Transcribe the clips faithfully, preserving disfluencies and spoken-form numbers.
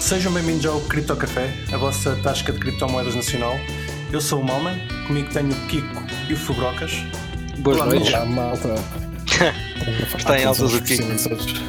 Sejam bem-vindos ao Cripto Café, a vossa tasca de criptomoedas nacional. Eu sou o Malman, comigo tenho o Kiko e o Fubrocas. Boas noites. Olá, malta. Está em altas aqui. Exatamente.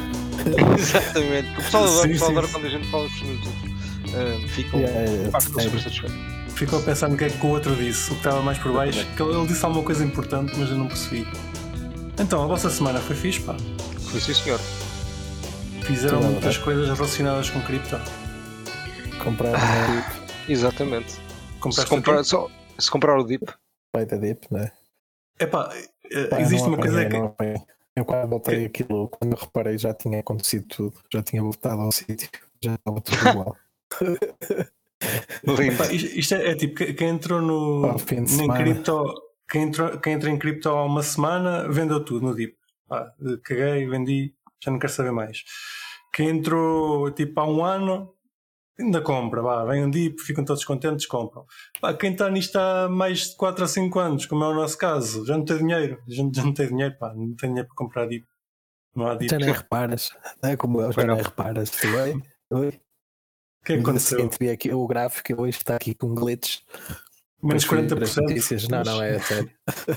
O pessoal adora, Sim, o pessoal sim. adora quando a gente fala os personagens dos outros. Uh, ficam, Yeah, yeah, yeah. pá, ficam super satisfeitos. Ficou a pensar no que é que o outro disse, o que estava mais por baixo, que ele ele disse alguma coisa importante, mas eu não percebi. Então, a vossa semana foi fixe, pá? Foi sim, senhor. Fizeram Tudo muitas bem. coisas relacionadas com cripto. Comprar Ah. Exatamente. Se Compraste comprar, o quê? só, se comprar o dip, Pai da dip, né? Epá, eh, Pá, existe não uma coisa apanhei, que... não apanhei. Eu quando voltei aquilo, quando eu reparei, já tinha acontecido tudo. Já tinha voltado ao sítio. Já estava tudo igual. lindo. Epá, isto, isto é, é tipo, que- quem entrou no, Pá, fim de em semana. cripto, quem, entrou, quem entra em cripto há uma semana, vendeu tudo no dip. Pá, eh, caguei, vendi, já não quero saber mais. Quem entrou tipo há um ano, ainda compra, vá, vem um dip, ficam todos contentes, compram. Pá, quem está nisto há mais de quatro a cinco anos, como é o nosso caso, já não tem dinheiro, já, já não tem dinheiro, pá, não tem dinheiro para comprar dip. Não há dip. Já nem reparas. Não é como eu, já Pois não. nem reparas. Tu, oi? Oi? O que é que No dia aconteceu? seguinte vi aqui o gráfico, hoje está aqui com glitches. Menos Depois fui ver quarenta por as cento. notícias. Não, não, é a sério.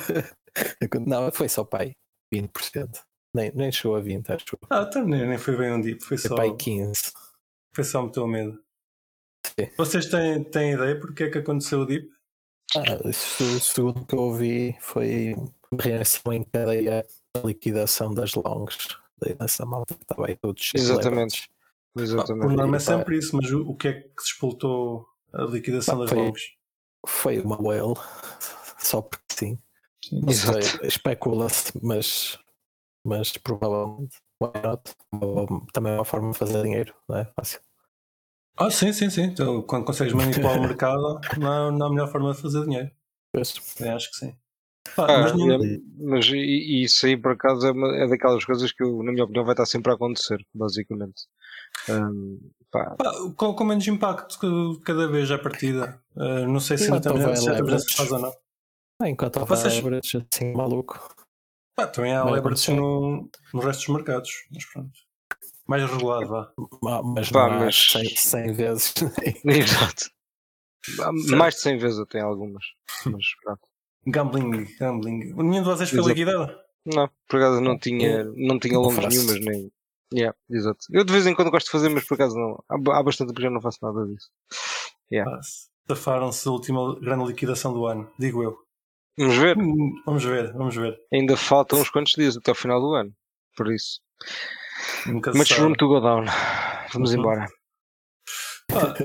Não, foi só pai. vinte por cento. Nem, nem chegou a vinte, acho. Ah, então nem, nem foi bem um dip, foi Foi só, pai quinze. foi só meteu medo. Sim. Vocês têm, têm ideia porque é que aconteceu o dip? Ah, isso, segundo o que eu ouvi, foi reação em cadeia da liquidação das longs. Daí nessa malta que estava aí todos Exatamente. Ah, por Exatamente. norma é E, pá, sempre isso, mas o, o que é que despoltou a liquidação Pá, das foi- longas? foi uma whale, só porque sim. Não Exato. sei, especula-se, mas, mas provavelmente why not? Também é uma forma de fazer dinheiro, não é fácil. Ah, sim, sim, sim. Então, quando consegues manipular o mercado, não, não é a melhor forma de fazer dinheiro. Pois, Eu acho que sim. Pá, Ah, mas não, é- mas e, e isso aí por acaso é, uma- é daquelas coisas que eu, na minha opinião vai estar sempre a acontecer, basicamente. Um, pá, pá, com, com menos impacto que cada vez à partida. Uh, não sei se ainda Enquanto estamos, houver se já estamos nessa leverage. fase ou não. ah, enquanto houver Vocês- leverage assim maluco. Pá, também há Vai leverage acontecer. no, no resto dos mercados. Mas pronto. Mais regulado, vá. Ah, Mas Pá, não há mas- cem, cem vezes. exato. Certo. Mais de cem vezes até algumas. Mas pronto. Gambling, gambling. Nenhum de vocês foi Exato. liquidado? Não, por acaso não tinha, não tinha não longos faço. nenhumas, nem. Yeah, exato. Eu de vez em quando gosto de fazer, mas por acaso não. Há, há bastante tempo que já não faço nada disso. Yeah. Pá, safaram-se da última grande liquidação do ano, digo eu. Vamos ver. Hum, Vamos ver, vamos ver. Ainda faltam uns quantos dias até o final do ano. Por isso. Nunca se Much sabe. room to go down. Vamos Uhum. embora. Pá,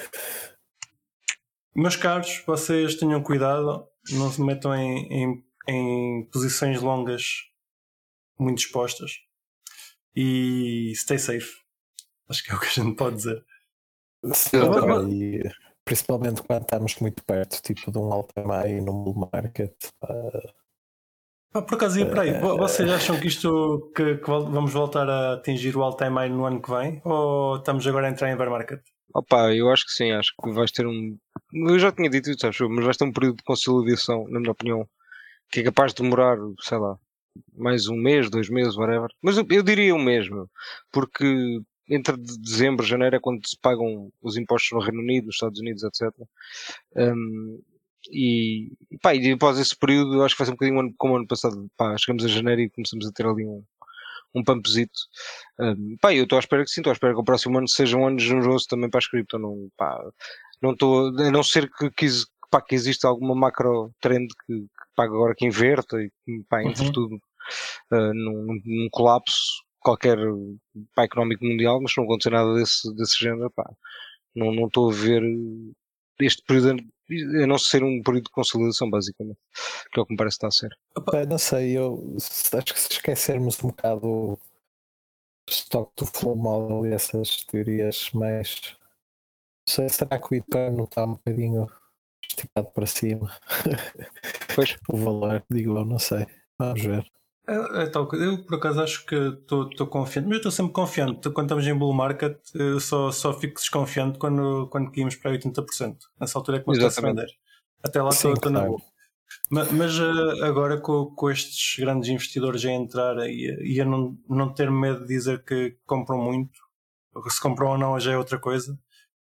meus caros, vocês tenham cuidado, não se metam em, em, em posições longas muito expostas e stay safe. Acho que é o que a gente pode dizer. Sim, Exatamente. pá, e principalmente quando estamos muito perto, tipo de um all-time high no bull market. pá, Pá, por acaso ia para aí, Vo- vocês acham que isto que, que vol- vamos voltar a atingir o all-time high no ano que vem? Ou estamos agora a entrar em bear market? Opa, eu acho que sim, acho que vais ter um. Eu já tinha dito isso, acho eu, mas vais ter um período de consolidação, na minha opinião, que é capaz de demorar, sei lá, mais um mês, dois meses, whatever. Mas eu, eu diria um mês, meu, porque entre de- dezembro e janeiro é quando se pagam os impostos no Reino Unido, nos Estados Unidos, etcétera. Um, e, e pá, e após esse período, eu acho que vai ser um bocadinho ano- como o ano passado. Pá, chegamos a janeiro e começamos a ter ali um, um pumpzito. Um, pá, eu estou à espera que sim, estou à espera que o próximo ano seja um ano generoso também para a cripto. Não, pá, não estou, a não ser que, que, exi- pá, que exista alguma macro trend que, que pague agora que inverta e que, pá, entre Uhum. tudo uh, num, num colapso qualquer, pá, económico mundial, mas se não acontecer nada desse, desse género, pá, não não estou a ver este período a não ser um período de consolidação, basicamente, que é o que me parece estar a ser. pá, não sei, eu acho que se esquecermos um bocado o estoque do flow model e essas teorias mais. Não sei, será que o Bitcoin não está um bocadinho esticado para cima? Pois. O valor, digo eu, não sei. Vamos ver. É, é tal coisa. Eu por acaso acho que estou confiante, mas eu estou sempre confiante. Quando estamos em bull market, eu só, só fico desconfiante quando, quando caímos para oitenta por cento. Nessa altura é que me apetece Exatamente. vender. Até lá Sim, estou na claro. boa. Ma- Mas uh, agora com, com estes grandes investidores a entrar e, e a não, não ter medo de dizer que compram muito, ou que se compram ou não já é outra coisa,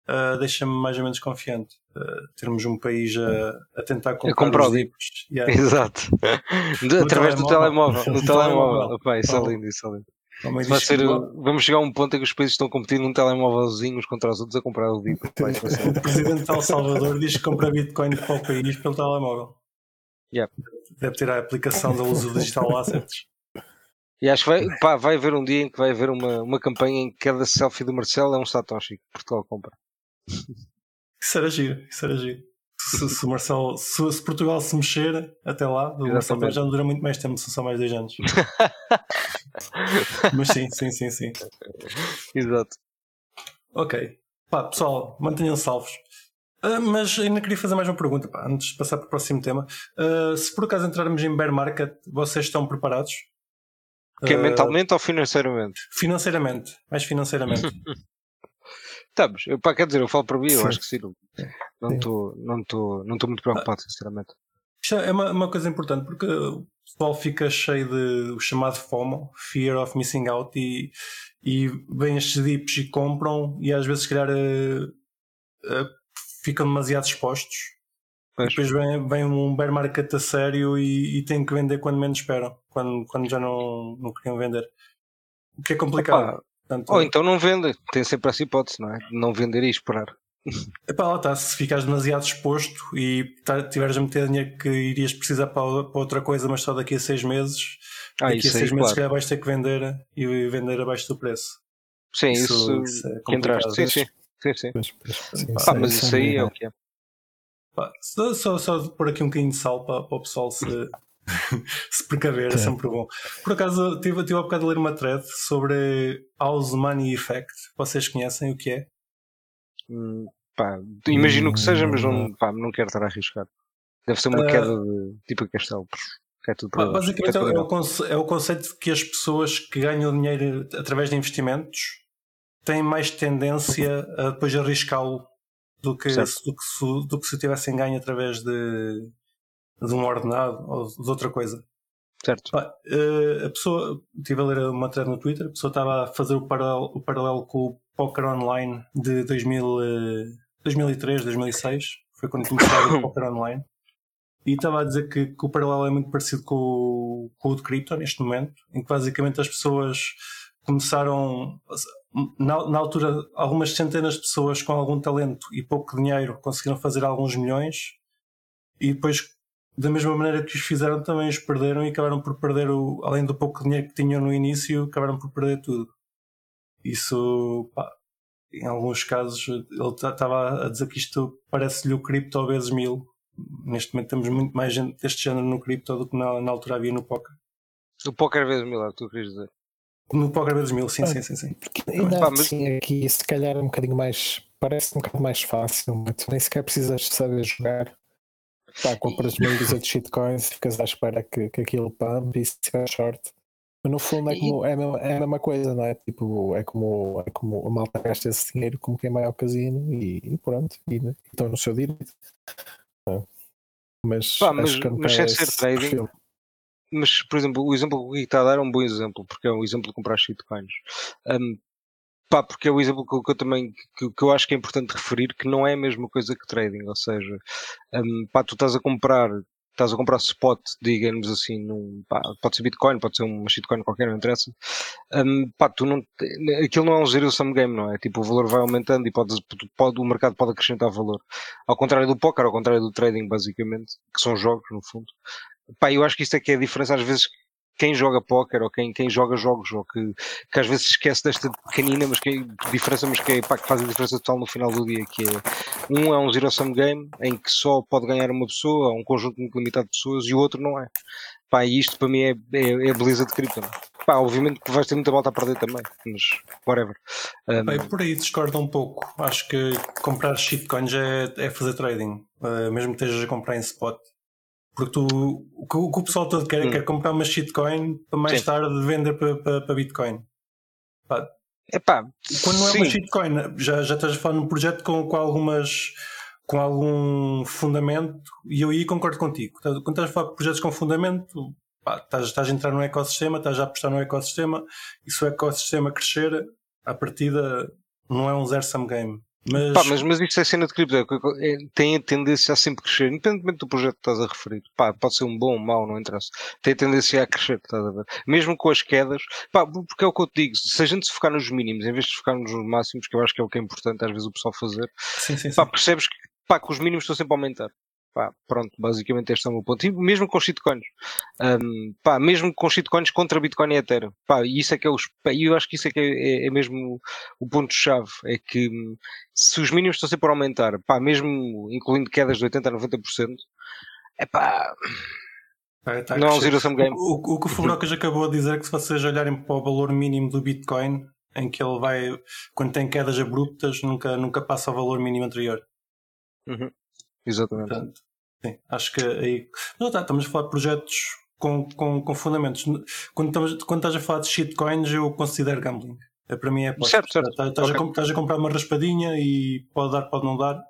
uh, deixa-me mais ou menos confiante. Uh, termos um país a, a tentar comprar, comprar os dips. Yeah. Exato. Através do telemóvel. No telemóvel. Opa, isso é Oh. lindo, isso é lindo. Oh, mas Vai isto- ser, vamos chegar a um ponto em que os países estão a competir num telemóvelzinho uns contra os outros a comprar o D I P. Vai ser. O presidente de El Salvador diz que compra Bitcoin para o país pelo telemóvel. Yeah. Deve ter a aplicação do uso do digital assets. E acho que vai, pá, vai haver um dia em que vai haver uma, uma campanha em que cada selfie do Marcelo é um Satoshi que Portugal compra. Isso era giro, isso era giro. Se, se, o Marcelo, se, se Portugal se mexer até lá, o Marcelo já não dura muito mais tempo, são só mais dois anos. Mas sim, sim, sim, sim. Exato. Ok. Pá, pessoal, mantenham-se salvos. Uh, mas ainda queria fazer mais uma pergunta, pá, antes de passar para o próximo tema. Uh, se por acaso entrarmos em bear market, vocês estão preparados? Que é Uh, mentalmente ou financeiramente? Financeiramente, mais financeiramente. Estamos. Eu, pá, quer dizer, eu falo para mim, eu Sim. acho que sim. Não estou não tô, não tô muito preocupado, sinceramente. Isto é uma, uma coisa importante porque o pessoal fica cheio de o chamado FOMO, Fear of Missing Out, e, e vêm estes dips e compram e às vezes se calhar uh, uh, ficam demasiado expostos. Pois. E depois vem, vem um bear market a sério e, e têm que vender quando menos esperam, quando, quando já não, não queriam vender. O que é complicado. Opa, Portanto, ou então não vende. Tem sempre essa hipótese, não é? Não vender e esperar. epá, lá está, se ficares demasiado exposto e tá, tiveres a meter dinheiro que irias precisar para, para outra coisa, mas só daqui a seis meses, Ah, daqui a isso seis aí, meses claro. se calhar vais ter que vender e vender abaixo do preço. Sim, Isso- isso, isso é que complicado. entraste. Sim, sim. sim, sim. Pois, pois, sim, Pá, Pá, sim, mas sim, isso aí é é. o que é. Pá, só, só, só de pôr aqui um bocadinho de sal para, para o pessoal se, se precaver, é sempre bom. Por acaso, estive, estive há bocado a ler uma thread sobre House Money Effect. Vocês conhecem o que é? Hum, pá, imagino que seja, mas não, Não. pá, não quero estar a arriscar. Deve ser uma Ah, queda de tipo a castelo. Cai tudo para Ba- baixo. Basicamente Cai tudo é, em o alto. conce- é o conceito de que as pessoas que ganham dinheiro através de investimentos têm mais tendência a depois arriscá-lo do que, Certo. do, que se, do que se tivessem ganho através de, de um ordenado ou de outra coisa. Certo. Pá, eh, a pessoa, estive a ler uma thread no Twitter, a pessoa estava a fazer o paralelo, o paralelo com o Poker Online de dois mil, eh, dois mil e três, dois mil e seis, foi quando comecei a ver Poker Online. E estava a dizer que, que o paralelo é muito parecido com o, com o de cripto neste momento, em que basicamente as pessoas começaram, na, na altura, algumas centenas de pessoas com algum talento e pouco dinheiro conseguiram fazer alguns milhões, e depois, da mesma maneira que os fizeram, também os perderam e acabaram por perder, o, além do pouco dinheiro que tinham no início, acabaram por perder tudo. Isso, pá, em alguns casos, ele estava a dizer que isto parece-lhe o cripto vezes mil. Neste momento temos muito mais gente deste género no cripto do que na, na altura havia no poker. O póquer vezes mil, é o que tu querias dizer. No poker vezes mil, sim, sim, sim, sim. Porque ainda Pá, mas- assim aqui se calhar é um bocadinho mais, parece um bocado mais fácil, mas tu nem sequer precisas de saber jogar. Pá, compras meio dúzia de shitcoins e ficas à espera que, que aquilo pump e se tiver short. Mas no fundo é, como, é, a mesma, é a mesma coisa, não é? Tipo, é como, é como a malta gasta esse dinheiro como quem vai ao casino e, e pronto, e, né? Estão no seu direito. É. Mas, Pá, acho mas- que é um mas bocado sem ser esse trading, perfil. Mas, por exemplo, o exemplo que o Gui está a dar é um bom exemplo, porque é um exemplo de comprar shitcoins. Um, pá, porque é o exemplo que, que eu também que, que eu acho que é importante referir, que não é a mesma coisa que trading, ou seja, um, pá, tu estás a comprar estás a comprar spot, digamos assim, num, pá, pode ser Bitcoin, pode ser uma shitcoin qualquer, não interessa. Um, pá, tu não, aquilo não é um zero sum game, não é? Tipo, o valor vai aumentando e pode, pode, o mercado pode acrescentar valor. Ao contrário do poker, ao contrário do trading, basicamente, que são jogos, no fundo. Pá, eu acho que isto é que é a diferença, às vezes, quem joga póquer ou quem, quem joga jogos, ou que, que às vezes se esquece desta pequenina mas que é, diferença, mas que, é, pá, que faz a diferença total no final do dia, que é, um é um zero-sum game, em que só pode ganhar uma pessoa, um conjunto muito limitado de pessoas, e o outro não é. Pá, e isto para mim é, é, é a beleza de cripto. Pá, obviamente que vais ter muita volta a perder também, mas whatever. Um, Bem, por aí discordo um pouco. Acho que comprar shitcoins é, é fazer trading, uh, mesmo que estejas a comprar em spot. Porque tu, o, que, o que o pessoal todo quer é Hum. quer comprar uma shitcoin para mais Sim. tarde vender para, para, para Bitcoin. Pá, Epá, quando não é sim. uma shitcoin, já, já estás a falar num projeto com, com algumas com algum fundamento, e eu aí concordo contigo. Quando estás a falar de projetos com fundamento, pá, estás, estás a entrar no ecossistema, estás a apostar no ecossistema, e se o ecossistema crescer, à partida não é um zero-sum game. Mas, Pá, mas, mas isto é cena de cripto, é, é, tem a tendência a sempre crescer, independentemente do projeto que estás a referir. Pá, pode ser um bom ou um mau, não interessa. Tem a tendência a crescer, estás a ver? Mesmo com as quedas, pá, porque é o que eu te digo, se a gente se focar nos mínimos, em vez de focarmos nos máximos, que eu acho que é o que é importante às vezes o pessoal fazer, sim, sim, pá, sim. percebes que, pá, que os mínimos estão sempre a aumentar. Pá, pronto, basicamente este é o meu ponto. E mesmo com shitcoins. Um, pá, mesmo com shitcoins contra Bitcoin e Ethereum. Pá, e isso é que é os, pá, eu acho que isso é que é, é, é mesmo o ponto-chave. É que hum, se os mínimos estão sempre a aumentar, pá, mesmo incluindo quedas de oitenta a noventa por cento, é pá, Tá, tá a não é um crescer. zero-sum game. O, o, o que o Fubrocas acabou de dizer é que se vocês olharem para o valor mínimo do Bitcoin, em que ele vai, quando tem quedas abruptas, nunca, nunca passa ao valor mínimo anterior. Uhum. Exatamente. Portanto, sim, acho que aí. Não, tá, estamos a falar de projetos com, com, com fundamentos. Quando, estamos, quando estás a falar de shitcoins, eu considero gambling. É, para mim é aposta. Certo, certo. Estás, estás, Ok. a, comp- estás a comprar uma raspadinha e pode dar, pode não dar.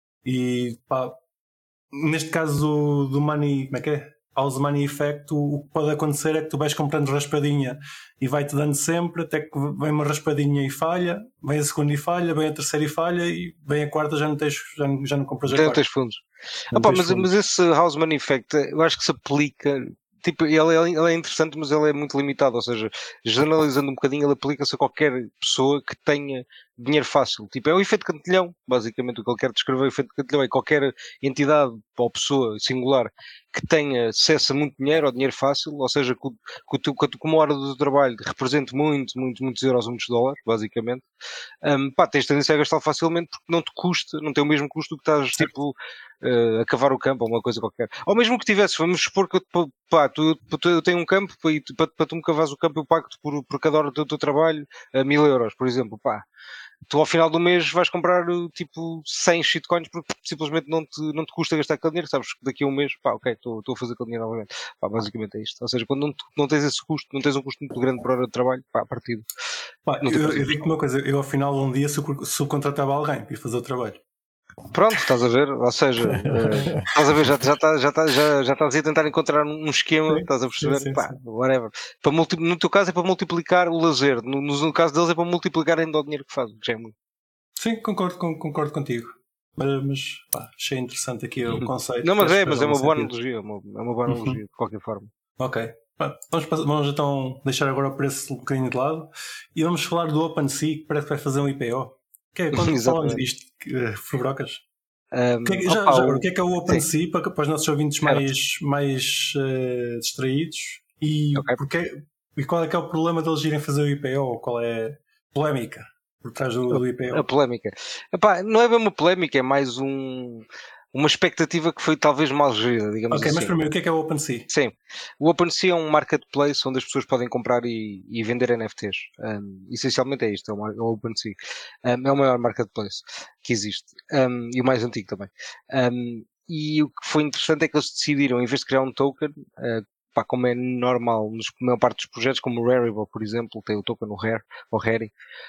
E pá, neste caso do, do Money, como é que é? House Money Effect, o, o que pode acontecer é que tu vais comprando raspadinha e vai-te dando sempre, até que vem uma raspadinha e falha, vem a segunda e falha, vem a terceira e falha, e vem a quarta, já não, tens, já não, já não compras a Já não quarta. tens fundos. Não Ah, pá, tens mas, fundos. mas esse House Money Effect, eu acho que se aplica. Tipo, ele, é- ele é interessante, mas ele é muito limitado. Ou seja, generalizando um bocadinho, ele aplica-se a qualquer pessoa que tenha dinheiro fácil. Tipo, é o efeito cantilhão. Basicamente, o que ele quer descrever é o efeito cantilhão. É qualquer entidade ou pessoa singular que tenha acesso a muito dinheiro ou dinheiro fácil, ou seja, que, o- que, o teu- que, a- que uma hora do teu trabalho represente muito, muito, muitos euros ou muitos dólares, basicamente. Um, pá, tens tendência a gastar facilmente porque não te custa, não tem o mesmo custo do que estás Certo. tipo uh, a cavar o campo ou uma coisa qualquer. Ou mesmo que tivesses, vamos supor que eu, pá, tu, tu, eu tenho um campo pá, e tu, para, para tu me cavares o campo eu pago-te por, por cada hora do teu trabalho a mil euros, por exemplo, pá. Tu ao final do mês vais comprar tipo cem shitcoins porque simplesmente não te, não te custa gastar aquele dinheiro, sabes que daqui a um mês, pá, ok, estou a fazer aquele dinheiro novamente. Pá, basicamente é isto. Ou seja, quando não, não tens esse custo, não tens um custo muito grande por hora de trabalho, pá, a partir Pá, não te eu, eu precisas. digo-te uma coisa, eu ao final de um dia sub- subcontratava alguém para ir fazer o trabalho. Pronto, estás a ver? Ou seja, eh, estás a ver, já, já, tá- já, tá- já, já estás a tentar encontrar um esquema, Sim, estás a sim, perceber? sim, Pá, sim. whatever. Para multi- no teu caso é para multiplicar o lazer, no, no, no caso deles é para multiplicar ainda o dinheiro que fazem, que já é muito. Sim, concordo, con- concordo contigo. Mas, mas pá, achei interessante aqui o conceito. Não, mas Acho é, que faz mas é algum uma boa sentido. analogia, é uma, é uma boa analogia, Uhum. de qualquer forma. Ok. Pá, Vamos, passar- vamos então deixar agora o preço um bocadinho de lado e vamos falar do OpenSea, que parece que vai fazer um I P O. Que é, quando falamos Exatamente. disto, uh, Fubrocas, Um, que é que- já, opa, já, o... o que é que é o Sim, OpenSea para, para os nossos ouvintes certo. mais, mais uh, distraídos e, Ok. porque, e qual é que é o problema deles irem fazer o I P O? Qual é a polémica por trás do, do I P O? A polémica. Epá, não é bem uma polémica, é mais um, uma expectativa que foi talvez mal gerida, digamos Ok, assim. mas primeiro, o que é que é o OpenSea? Sim, o OpenSea é um marketplace onde as pessoas podem comprar e, e vender N F Ts. Um, essencialmente é isto, é o, mar- é o OpenSea. Um, é o maior marketplace que existe um, e o mais antigo também. Um, e o que foi interessante é que eles decidiram, em vez de criar um token, uh, pá, como é normal nos na maior parte dos projetos, como o Rarible, por exemplo, tem o token, o Rare, ou Rari,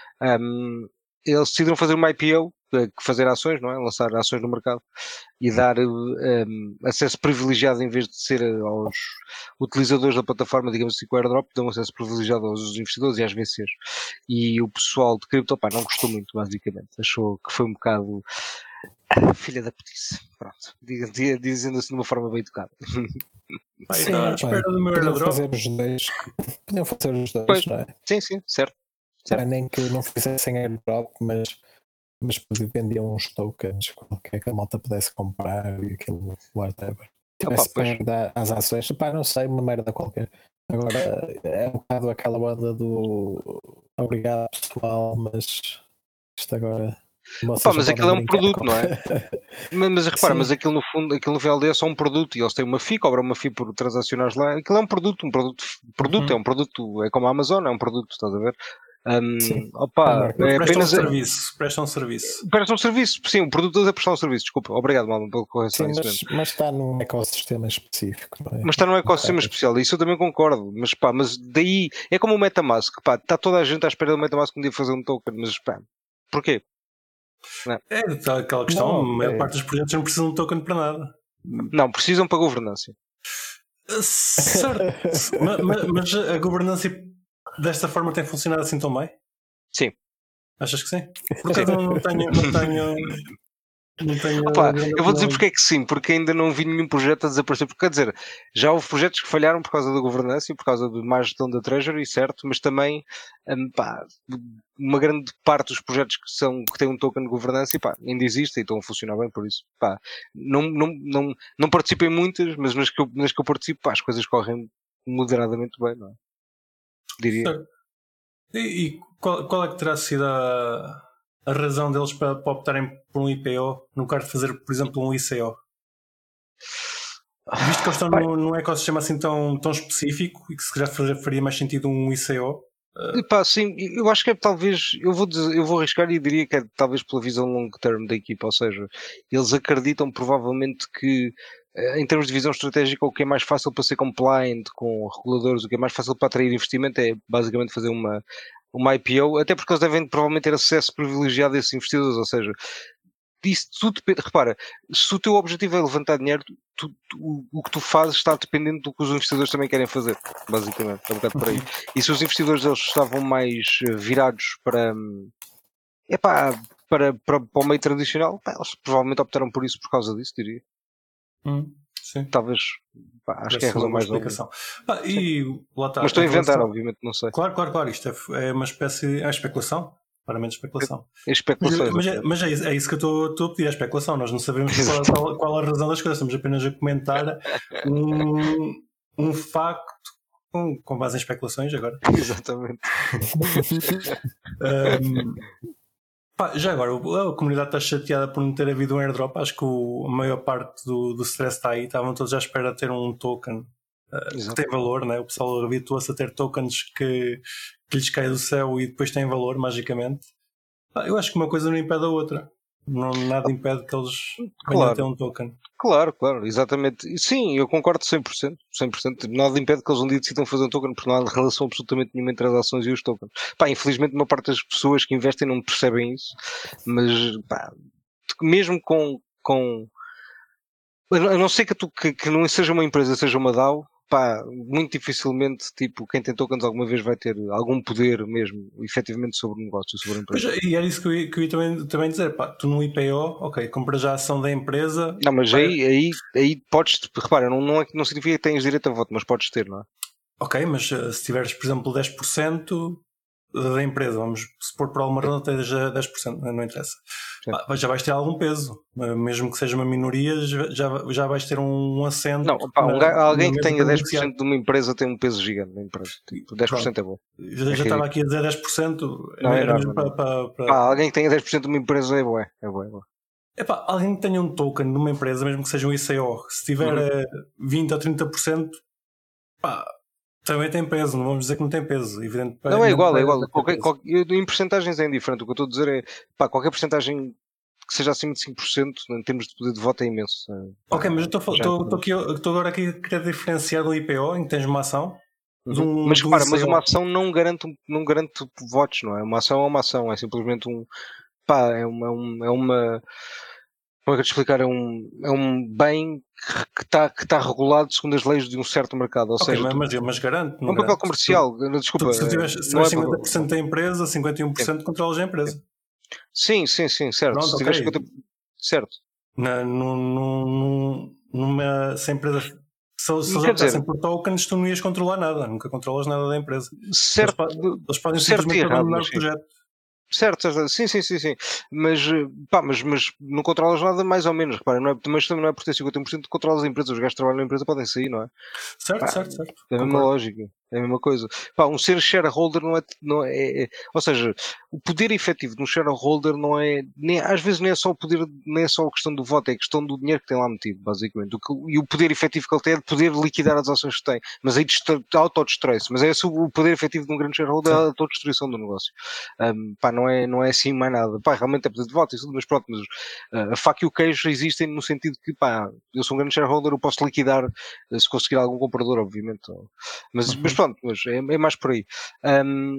um, eles decidiram fazer uma I P O, eh, fazer ações, não é? Lançar ações no mercado e dar um, acesso privilegiado em vez de ser aos utilizadores da plataforma, digamos assim, com o airdrop, dão acesso privilegiado aos investidores e às V Cs. E o pessoal de cripto, pá, não gostou muito, basicamente. Achou que foi um bocado ah, filha da putice. Pronto. Diz- Dizendo assim de uma forma bem educada. Pá, eu Sim, estava à pá, espera do meu podiam airdrop. fazer os dois. Podiam fazer os dois, Pois, não é? sim, sim, certo. certo. Pá, nem que não fizessem airdrop, mas, mas vendiam uns tokens qualquer que a malta pudesse comprar e aquilo, whatever. Tivesse pois. que dar às ações, pá, não sei, uma merda qualquer. Agora é um bocado aquela banda do obrigado pessoal, mas isto agora. Opa, mas aquilo é um produto, com... não é? Mas, mas repara, Sim. mas aquilo no fundo, aquilo no final é só um produto e eles têm uma fee, cobram uma fee por transacionares lá. Aquilo é um produto, um produto, produto Uhum. é um produto, é como a Amazon, é um produto, estás a ver? Um, Sim. opa, É é Prestam um apenas. serviço. Prestam um serviço. Parece um serviço, sim, o produto deles é prestar um serviço, desculpa, obrigado, Malman, pela correção. Sim, Isso mas, mesmo. mas está num ecossistema específico, não é? Mas está num ecossistema especial, isso eu também concordo. Mas pá, mas daí é como o MetaMask, pá, está toda a gente à espera do MetaMask um dia fazer um token, mas pá, porquê? É tá aquela questão, Não, a maior é- parte dos projetos não precisam de token para nada. Não, precisam para governança. Certo. Ma- ma- mas a governança desta forma tem funcionado assim tão bem? Sim. Achas que sim? Porque eu não tenho. Não tenho... Não tenho Opa, eu vou dizer porque é que sim, porque ainda não vi nenhum projeto a desaparecer. Porque, quer dizer, já houve projetos que falharam por causa da governança e por causa de má gestão da Treasury, certo? Mas também, um, pá, uma grande parte dos projetos que, são, que têm um token de governança e, pá, ainda existem e estão a funcionar bem, por isso, pá, não, não, não, não participo em muitas, mas nas que eu, nas que eu participo, pá, as coisas correm moderadamente bem, não é? Diria. Certo. E, e qual, qual é que terá sido a, a razão deles para, para optarem por um I P O no lugar de fazer, por exemplo, um I C O? Visto que eles estão num, num ecossistema assim tão, tão específico e que se calhar faria mais sentido um I C O. Uh... Epá, sim, eu acho que é talvez, eu vou, dizer, eu vou arriscar e diria que é talvez pela visão long term da equipa, ou seja, eles acreditam provavelmente que em termos de visão estratégica, o que é mais fácil para ser compliant com reguladores, o que é mais fácil para atrair investimento é basicamente fazer uma, uma I P O, até porque eles devem provavelmente ter acesso privilegiado a esses investidores, ou seja, isso tudo depende. Repara, se o teu objetivo é levantar dinheiro, tu, tu, o que tu fazes está dependente do que os investidores também querem fazer, basicamente, é um bocado por aí. E se os investidores eles estavam mais virados para, epá, para, para, para o meio tradicional, pá, eles provavelmente optaram por isso por causa disso, diria. Hum, sim. Talvez, pá, acho que é a razão mais explicação. Ah, e lá está, mas estou a inventar, relação... obviamente, não sei. Claro, claro, claro. Isto é, é uma espécie. É especulação. Claramente especulação. É especulação. Mas, mas, é, mas é, isso, é isso que eu estou a pedir, é especulação. Nós não sabemos qual, qual, qual a razão das coisas, estamos apenas a comentar um, um facto com, com base em especulações agora. Exatamente. um, pá, já agora, a comunidade está chateada por não ter havido um airdrop. Acho que o, a maior parte do, do stress está aí. Estavam todos à espera de ter um token uh, que tem valor, né? O pessoal habitua-se a ter tokens que, que lhes cai do céu e depois têm valor magicamente. Eu acho que uma coisa não impede a outra. Não, nada impede que eles venham a ter um token. Claro, claro, exatamente. Sim, eu concordo cem por cento. cem por cento. Nada impede que eles um dia decidam fazer um token, porque não há relação absolutamente nenhuma entre as ações e os tokens. Pá, infelizmente uma parte das pessoas que investem não percebem isso, mas pá, mesmo com, com... a não ser que, tu, que, que não seja uma empresa, seja uma D A O, pá, muito dificilmente, tipo, quem tem tokens alguma vez vai ter algum poder mesmo, efetivamente, sobre o negócio, sobre a empresa. Pois, e era isso que eu ia, que eu ia também, também dizer, pá, tu no I P O, ok, compras já a ação da empresa. Não, mas pá, aí, aí, aí podes, repara, não, não, é, não significa que tens direito a voto, mas podes ter, não é? Ok, mas se tiveres, por exemplo, dez por cento da empresa, vamos supor por alguma razão tens dez por cento, não interessa. Pá, já vais ter algum peso, mesmo que seja uma minoria, já, já vais ter um assento. Não, pá, um, na, alguém na que tenha dez por cento de uma empresa tem um peso gigante na empresa. Tipo, dez por cento Pronto. é bom. Já, é já estava aqui a dizer dez por cento. Não, é era não, mesmo não, para, para, para... Pá, alguém que tenha dez por cento de uma empresa é bom. É bom, é bom. Epá, alguém que tenha um token de uma empresa, mesmo que seja um I C O, se tiver uhum. vinte ou trinta por cento, pá, também tem peso, não vamos dizer que não tem peso, evidente. Não, é igual, é igual. Qualquer, qualquer, em porcentagens é indiferente. O que eu estou a dizer é, pá, qualquer porcentagem que seja acima de cinco por cento em termos de poder de voto é imenso. Pá, ok, mas eu estou agora aqui a querer diferenciar do I P O, em que tens uma ação. Uhum. Um, mas repara, mas uma ação não garante, não garante votos, não é? Uma ação é uma ação, é simplesmente um, pá, é uma, é uma como é que eu te explicar? É um, é um bem que está que tá regulado segundo as leis de um certo mercado. Ou okay, seja, mas, tu, mas garante. É um papel garante. comercial. Tu, desculpa. Tu, se tiveres, se tiveres é cinquenta por cento da empresa, cinquenta e um por cento sim. controlas a empresa. Sim, sim, sim, certo. Pronto, se tiveres okay. cinquenta por cento, certo. Na, no, no, numa, se a empresa. Se eles optassem por tokens, tu não ias controlar nada, nunca controlas nada da empresa. Certo, eles, eles podem certo simplesmente errado, abandonar o projeto. Certo, sim, sim, sim, sim. Mas, pá, mas, mas não controlas nada mais ou menos, repara, não é, mas também não é por ter cinquenta por cento que controlas a empresa, os gajos que trabalham na empresa podem sair, não é? Certo, pá, certo, certo. É a mesma Concordo. lógica, é a mesma coisa. Pá, um ser shareholder não é, não é, é, ou seja, o poder efetivo de um shareholder não é, nem, às vezes nem é só o poder, nem é só a questão do voto, é a questão do dinheiro que tem lá metido, basicamente. O que, e o poder efetivo que ele tem é de poder liquidar as ações que tem, mas aí autodestrói-se, mas é esse o poder efetivo de um grande shareholder, é a autodestruição do negócio. Um, pá, não é, não é assim mais nada. Pá, realmente é poder de voto, isso, mas pronto, mas uh, a faca e o queijo existem no sentido que, pá, eu sou um grande shareholder, eu posso liquidar uh, se conseguir algum comprador, obviamente. Mas, uhum. mas pronto, mas é, é mais por aí. Um,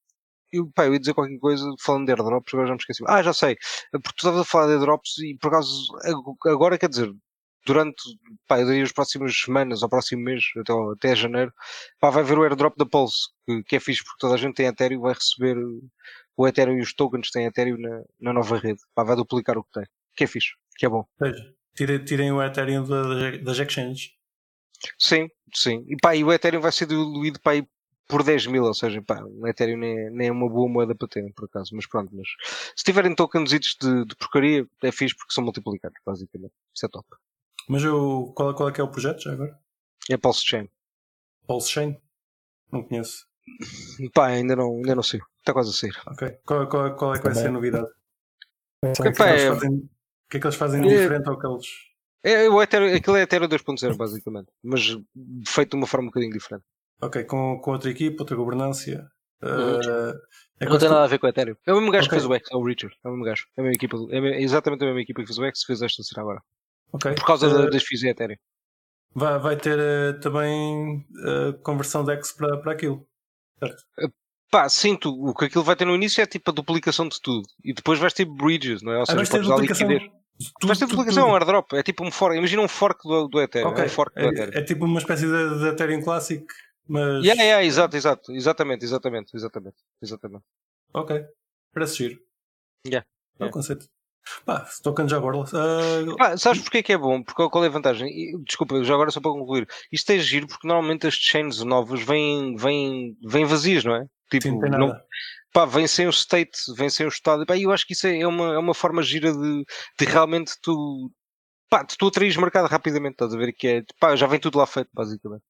eu, pá, eu ia dizer qualquer coisa falando de airdrops, agora já me esqueci. Ah, já sei, porque tu estavas a falar de airdrops e por acaso, agora quer dizer, durante, pá, eu diria as próximas semanas, ou próximo mês, até, até janeiro, pá, vai haver o airdrop da Pulse, que, que é fixe porque toda a gente tem Ethereum, vai receber o Ethereum e os tokens que têm Ethereum na, na nova rede. Pá, vai duplicar o que tem. Que é fixe, que é bom. Seja, tirem, tirem o Ethereum da- das exchanges. Sim, sim. E, pá, e o Ethereum vai ser diluído pá, aí por dez mil, ou seja, pá, o Ethereum nem é, nem é uma boa moeda para terem, por acaso. Mas pronto, mas se tiverem tokens de, de porcaria, é fixe porque são multiplicados, basicamente. Isso é top. Mas eu, qual, qual é que é o projeto já agora? É Pulse Chain. Pulse Chain? Não conheço. Pá, ainda não, ainda não sei. Está quase a sair. Ok. Qual, qual, qual é que vai ser a novidade? O que, é que, Epá, eles é- fazem, o que é que eles fazem de É- diferente ao que eles. É, o Ethereum, aquilo é Ethereum dois ponto zero, basicamente. Mas feito de uma forma um bocadinho diferente. Ok, com, com outra equipa, outra governança. Uhum. Uh, é Não quase tem tu- nada a ver com o Ethereum. É o mesmo gajo Ok. que fez o X, é o Richard. É o mesmo gajo. É, a mesma equipa, do- é a me- é exatamente a mesma equipa que fez o X, fez esta será agora. Ok. Por causa da- Uh, das FIIs e Ethereum. vai, vai ter uh, também uh, conversão de X para, para aquilo. Certo? Pá, sinto, o que aquilo vai ter no início é tipo a duplicação de tudo. E depois vais ter bridges, não é? Ou Ah, seja, vais ter podes dar duplicação. liquidez. Tudo, Vais ter tudo, duplicação, é um tudo. airdrop. É tipo um fork. Imagina um fork do, do Ethereum. Ok. É um fork do Ethereum. É, é tipo uma espécie de, de Ethereum Classic, mas. Yeah, yeah, exato, exato. Exatamente, exatamente, exatamente. Exatamente. Ok. Parece giro. Yeah, É o yeah. conceito. Pá, tocando já agora. Uh, Ah, sabes porquê que é bom? Porque qual é a vantagem? E, desculpa, já agora só para concluir. Isto é giro porque normalmente as chains novas vêm, vêm, vêm vazias, não é? Tipo, sim, não tem não, nada. pá, vem sem o state, vem sem o estado. E, pá, eu acho que isso é é uma, é uma forma gira de, de realmente tu, pá, de tu atraís mercado rapidamente, estás a ver? Que é, pá, já vem tudo lá feito, basicamente.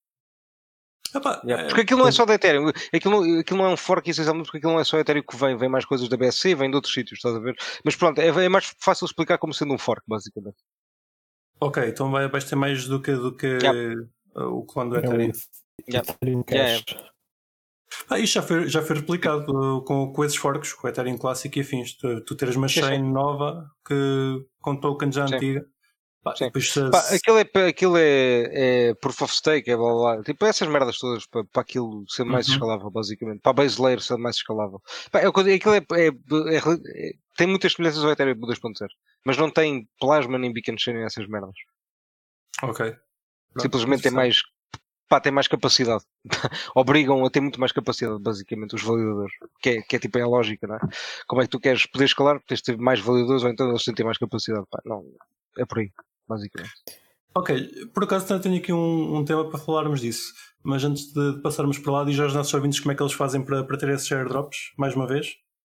Ah, pá, Yeah. é, Porque aquilo não é só da Ethereum, aquilo, não- aquilo não é um fork essencialmente porque aquilo não é só Ethereum que vem, vem mais coisas da B S C, vem de outros sítios, estás a ver? Mas pronto, é, é mais fácil explicar como sendo um fork, basicamente. ok, então vai, vais ter mais do que, do que Yeah. uh, o clone do É o Ethereum. Yeah. Ethereum Yeah, Cash. Ah, isto já foi, já foi replicado uh, com, com esses forks, com o Ethereum Classic e afins. Tu, tu teres uma Sim, chain sim. nova que, com token já Sim. antiga. Pá, e Sim. depois, se- Pá, se- aquilo é, aquilo é, é proof of stake, é blá blá blá. Tipo, essas merdas todas para, para aquilo ser mais Uhum. escalável, basicamente. Para a base layer ser mais escalável. Pá, é o que eu digo, aquilo é, é- é- é- tem muitas semelhanças ao Ethereum dois ponto zero, mas não tem plasma nem beacon chain nessas merdas. ok. Pronto, Simplesmente tem interessante. mais, pá, tem mais capacidade. Obrigam a ter muito mais capacidade, basicamente, os validadores. Que é, que é tipo é a lógica, não é? Como é que tu queres poder escalar? Tens de ter mais validadores ou então eles têm de ter mais capacidade. Pá, não, é por aí, basicamente. Ok, por acaso também tenho aqui um, um tema para falarmos disso. Mas antes de, de passarmos para lá, diz aos nossos ouvintes como é que eles fazem para, para ter esses airdrops, mais uma vez.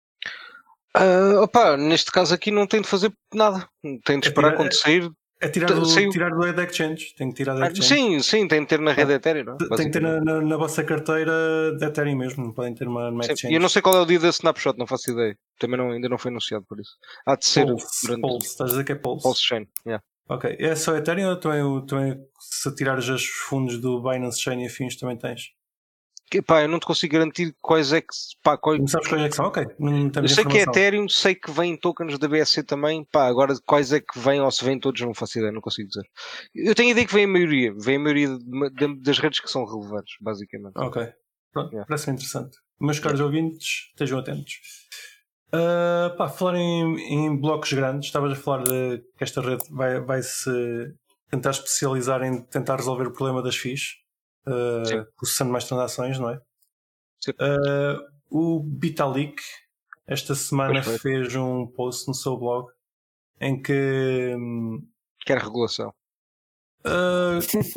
Ah, opa, neste caso aqui não tem de fazer nada. Tem de É esperar tirar- quando sair. É tirar T- do, saiu. tirar do da exchange. Tem que tirar da Ah, exchange. sim, sim, tem de ter na rede Ethereum, não é? Tem que ter Basicamente. na, na, na vossa carteira de Ethereum mesmo, não podem ter uma, uma Sim. exchange. E eu não sei qual é o dia da snapshot, não faço ideia. Também não, ainda não foi anunciado por isso. Há de ser Pulse, durante Pulse, estás a dizer que é Pulse. Pulse Chain. Yeah. Ok, é só Ethereum ou também, também se tirares os fundos do Binance Chain e afins também tens? Que, pá, eu não te consigo garantir quais é que. Pá, qual, Não sabes quais é que são? Ok, não eu temos sei que é informação. Ethereum, sei que vem tokens da B S C também. Pá, agora quais é que vêm ou se vêm todos, não faço ideia, não consigo dizer. Eu tenho a ideia que vem a maioria. Vem a maioria de- de- das redes que são relevantes, basicamente. Ok, pronto, Yeah. parece interessante. Meus caros ouvintes, estejam atentos. Uh, pá, falar em, em blocos grandes, estavas a falar de que esta rede vai, vai se tentar especializar em tentar resolver o problema das fees, Sim. uh, processando mais transações, não é? Sim. Uh, o Vitalik esta semana Pois foi. fez um post no seu blog em que hum, Quer regulação. uh,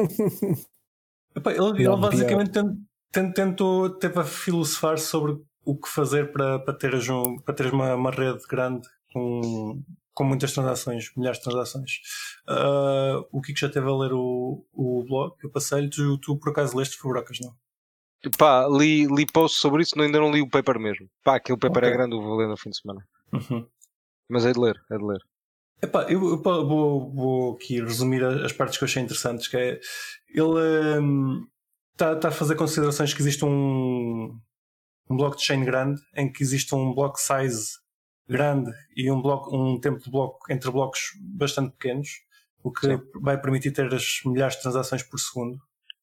epá, ele, ele Não, basicamente tent- tent- tentou teve a filosofar sobre o que fazer para, para teres, um, para teres uma, uma rede grande com, com muitas transações, milhares de transações. Uh, o Kiko já esteve a ler o, o blog que eu passei-lhe. Tu, tu por acaso leste Fubrocas, não? Pá, li, li posts sobre isso, ainda não li o paper mesmo. Pá, aquele paper Ok. é grande, eu vou ler no fim de semana. Uhum. Mas é de ler, é de ler. Epá, eu, eu vou, vou aqui resumir as partes que eu achei interessantes, que é ele está um, tá a fazer considerações que existe um, um blockchain grande em que existe um block size grande e um, bloco, um tempo de bloco entre blocos bastante pequenos, o que Sim. vai permitir ter as milhares de transações por segundo,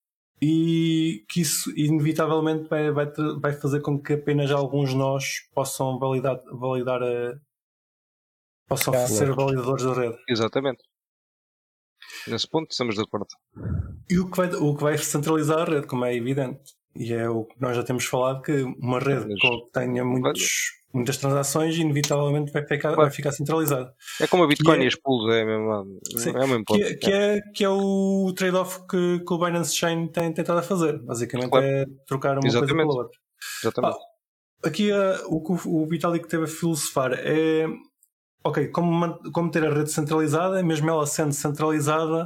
e que isso inevitavelmente vai, vai, ter, vai fazer com que apenas alguns nós possam validar, validar a, possam Ah, ser claro. validadores da rede. Exatamente. Nesse ponto estamos de acordo. E o que vai, o que vai centralizar a rede, como é evidente, e é o que nós já temos falado, que uma rede Mas- que tenha muitos, muitas transações, inevitavelmente vai ficar, vai ficar centralizada. É como a Bitcoin é- e as pools, é mesmo. Sim, É o mesmo que, ponto. é, que, é, que é o trade-off que, que o Binance Chain tem tentado a fazer. Basicamente Claro. é trocar uma Exatamente. coisa pela outra. Exatamente. Pá, aqui uh, o que o, o Vitalik teve a filosofar é ok, como, man- como ter a rede centralizada, mesmo ela sendo centralizada,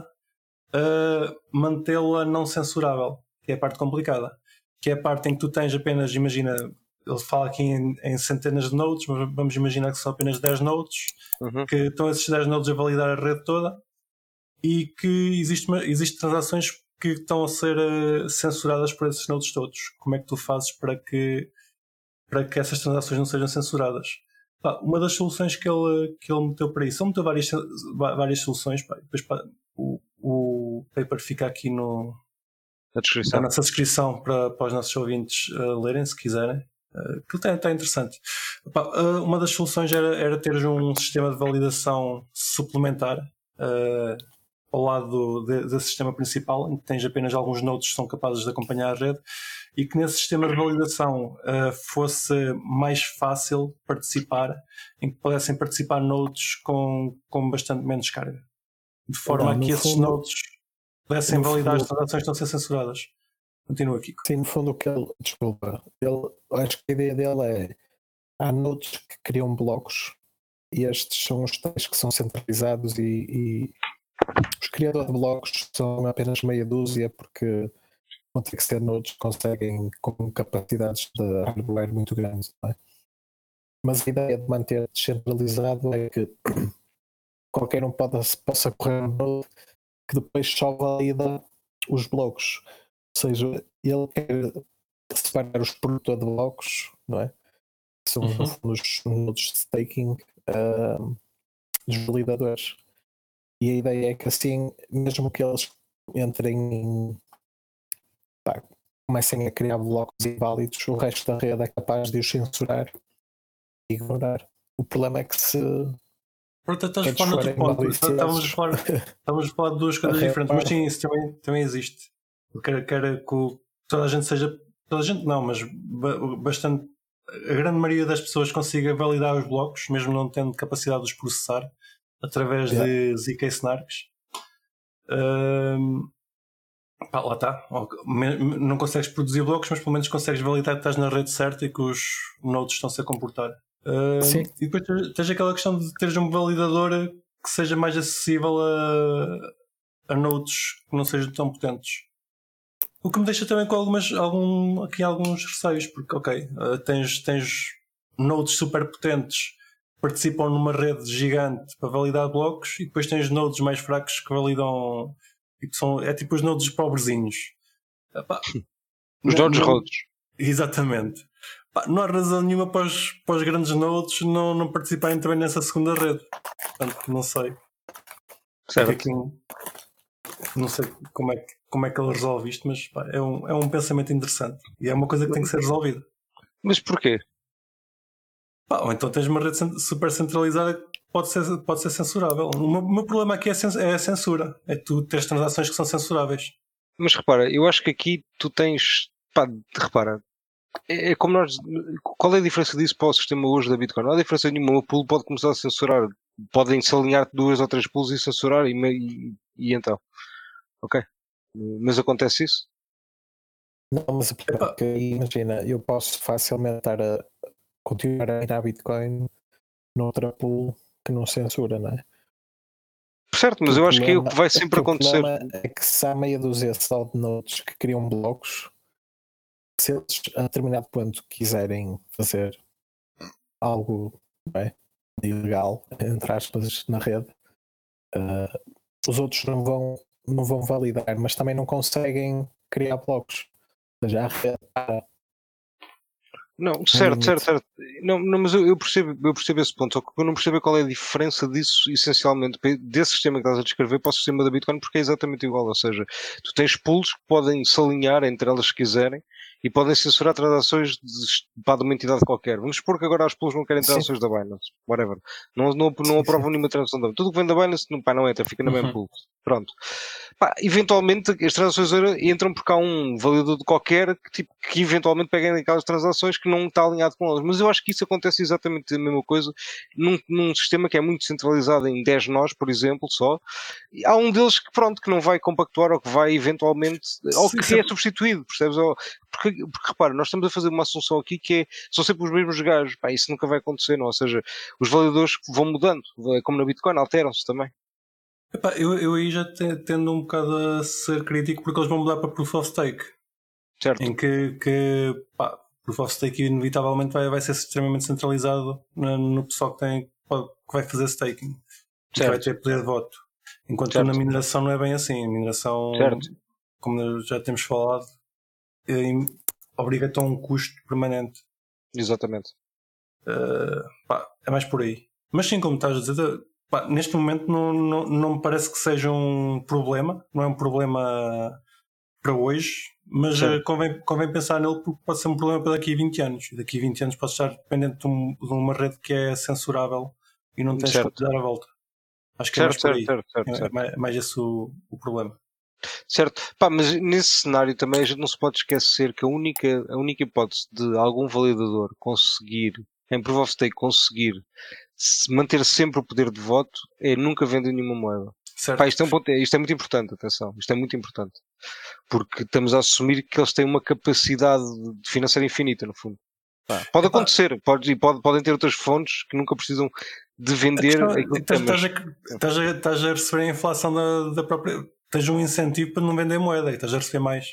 uh, mantê-la não censurável, que é a parte complicada, que é a parte em que tu tens apenas, imagina, ele fala aqui em, em centenas de nodes, mas vamos imaginar que são apenas dez nodes, Uhum. que estão esses dez nodes a validar a rede toda e que existe, existe transações que estão a ser uh, censuradas por esses nodes todos. Como é que tu fazes para que, para que essas transações não sejam censuradas? Pá, uma das soluções que ele, que ele meteu para isso, ele meteu várias, várias soluções, pá, depois pá, o, o paper fica aqui no, A descrição. na nossa descrição para, para os nossos ouvintes uh, lerem, se quiserem. Uh, que está, está interessante. Pá, uh, uma das soluções era, era teres um sistema de validação suplementar uh, ao lado do, de, desse sistema principal, em que tens apenas alguns nodes que são capazes de acompanhar a rede, e que nesse sistema de validação uh, fosse mais fácil participar, em que pudessem participar nodes com, com bastante menos carga, de forma Não, a que no esses fundo- nodes pudessem no validar as fundo- transações que estão a ser censuradas. Continua, Kiko. Sim, no fundo, o que ele. Desculpa. Ele, acho que a ideia dele é. Há nodes que criam blocos e estes são os tais que são centralizados e, e os criadores de blocos são apenas meia dúzia porque vão ter que ser nodes que conseguem com capacidades de hardware muito grandes. Não é? Mas a ideia de manter descentralizado é que qualquer um pode, possa correr um node que depois só valida os blocos. Ou seja, ele quer separar os produtores de blocos, não é? Que são Uhum. no fundo os nodes de staking uh, dos validadores. E a ideia é que assim, mesmo que eles entrem em, pá, comecem a criar blocos inválidos, o resto da rede é capaz de os censurar e ignorar. O problema é que se Pronto, estás a todos falar noutro forem ponto. Estamos a maliciosos, falar, estamos a falar de duas coisas A rede diferentes, mas para. sim, isso também, também existe. Eu quero, quero que o- toda a gente seja. Toda a gente não, mas ba- bastante. A grande maioria das pessoas consiga validar os blocos, mesmo não tendo capacidade de os processar, através Yeah. de Z K Snarks. Ahm, pá, lá está. Me- me- Não consegues produzir blocos, mas pelo menos consegues validar que estás na rede certa e que os nodes estão-se a comportar. Uh, Sim. e depois tens, tens aquela questão de teres um validador que seja mais acessível a, a nodes que não sejam tão potentes. O que me deixa também com algumas, algum, aqui alguns receios, porque ok, uh, tens, tens nodes super potentes que participam numa rede gigante para validar blocos e depois tens nodes mais fracos que validam. E que são, é tipo os nodes pobrezinhos. Epá, Os não- nodes não- rodos. Exatamente. Pá, não há razão nenhuma para os, para os grandes nodes não, não participarem também nessa segunda rede. Portanto, não sei. Certo. Fica aqui um- não sei como é, que, como é que ele resolve isto, mas pá, é, um, é um pensamento interessante. E é uma coisa que tem que ser resolvida. Mas porquê? Pá, ou então tens uma rede cent- super centralizada que pode ser, pode ser censurável. O meu, o meu problema aqui é, cens- é a censura. É tu teres transações que são censuráveis. Mas repara, eu acho que aqui tu tens. Pá, repara. É, é como nós. Qual é a diferença disso para o sistema hoje da Bitcoin? Não há diferença nenhuma. Uma pool pode começar a censurar. Podem se alinhar duas ou três pools e censurar, e, e, e então. Ok. Mas acontece isso? Não, mas o problema é que imagina, eu posso facilmente estar a continuar a minar Bitcoin noutra pool que não censura, não é? Certo, mas O eu acho que é o problema- que vai sempre o acontecer. problema é que se há meia dúzia só de nodes que criam blocos, se eles a determinado ponto quiserem fazer algo, não é, de ilegal, entre aspas, na rede, uh, os outros não vão, não vão validar, mas também não conseguem criar blocos. Ou seja, a rede para. Não, certo, limite. certo, certo. Não, não, mas eu, eu percebo, eu percebo esse ponto, só que eu não percebo qual é a diferença disso, essencialmente, desse sistema que estás a descrever para o sistema da Bitcoin, porque é exatamente igual. Ou seja, tu tens pools que podem se alinhar entre elas se quiserem e podem censurar transações de, pá, de uma entidade qualquer. Vamos supor que agora as pools não querem transações da Binance, whatever. Não, não, não Sim, aprovam sim. nenhuma transação da Binance. Tudo que vem da Binance não, pá, não entra, fica na Uhum. mempool. Pronto. Pá, eventualmente as transações entram porque há um validador de qualquer que, tipo, que eventualmente peguem aquelas transações que não está alinhado com elas. Mas eu acho que isso acontece exatamente a mesma coisa num, num sistema que é muito centralizado em dez nós, por exemplo, só. E há um deles que, pronto, que não vai compactuar ou que vai eventualmente, ou Sim, que sim. é substituído, percebes? Ou, porque, porque repara, nós estamos a fazer uma assunção aqui que é, são sempre os mesmos gajos. Pá, isso nunca vai acontecer, não? Ou seja, os validadores vão mudando, como na Bitcoin, alteram-se também. Epá, eu, eu aí já te- tendo um bocado a ser crítico porque eles vão mudar para Proof of Stake, Certo? em que, que pá, Proof of Stake inevitavelmente vai, vai ser extremamente centralizado no, no pessoal que, tem, que vai fazer staking e que vai Certo. ter poder de voto. Enquanto Certo. na mineração não é bem assim. A mineração, Certo. como já temos falado, é, obriga-te a um custo permanente. Exatamente. Uh, pá, é mais por aí. Mas sim, como estás a dizer, pá, neste momento não, não, não me parece que seja um problema. Não é um problema para hoje, mas uh, convém, convém pensar nele porque pode ser um problema para daqui a vinte anos. E daqui a vinte anos pode estar dependente de, um, de uma rede que é censurável e não tens como dar a volta. Acho que certo, é mais por certo, aí. certo, certo, É, certo. é mais, é mais esse o, o problema. Certo. Pá, mas nesse cenário também a gente não se pode esquecer que a única, a única hipótese de algum validador conseguir, em Proof of Stake, conseguir se manter sempre o poder de voto é nunca vender nenhuma moeda. Certo. Pá, isto, é um ponto, isto é muito importante, atenção, isto é muito importante. Porque estamos a assumir que eles têm uma capacidade de financeira infinita, no fundo. Pá, pode Epá, acontecer, pode, pode, podem ter outras fontes que nunca precisam de vender a aquilo que estás, temos. estás, a, estás a receber a inflação da, da própria. Tens um incentivo para não vender moeda e estás a receber mais.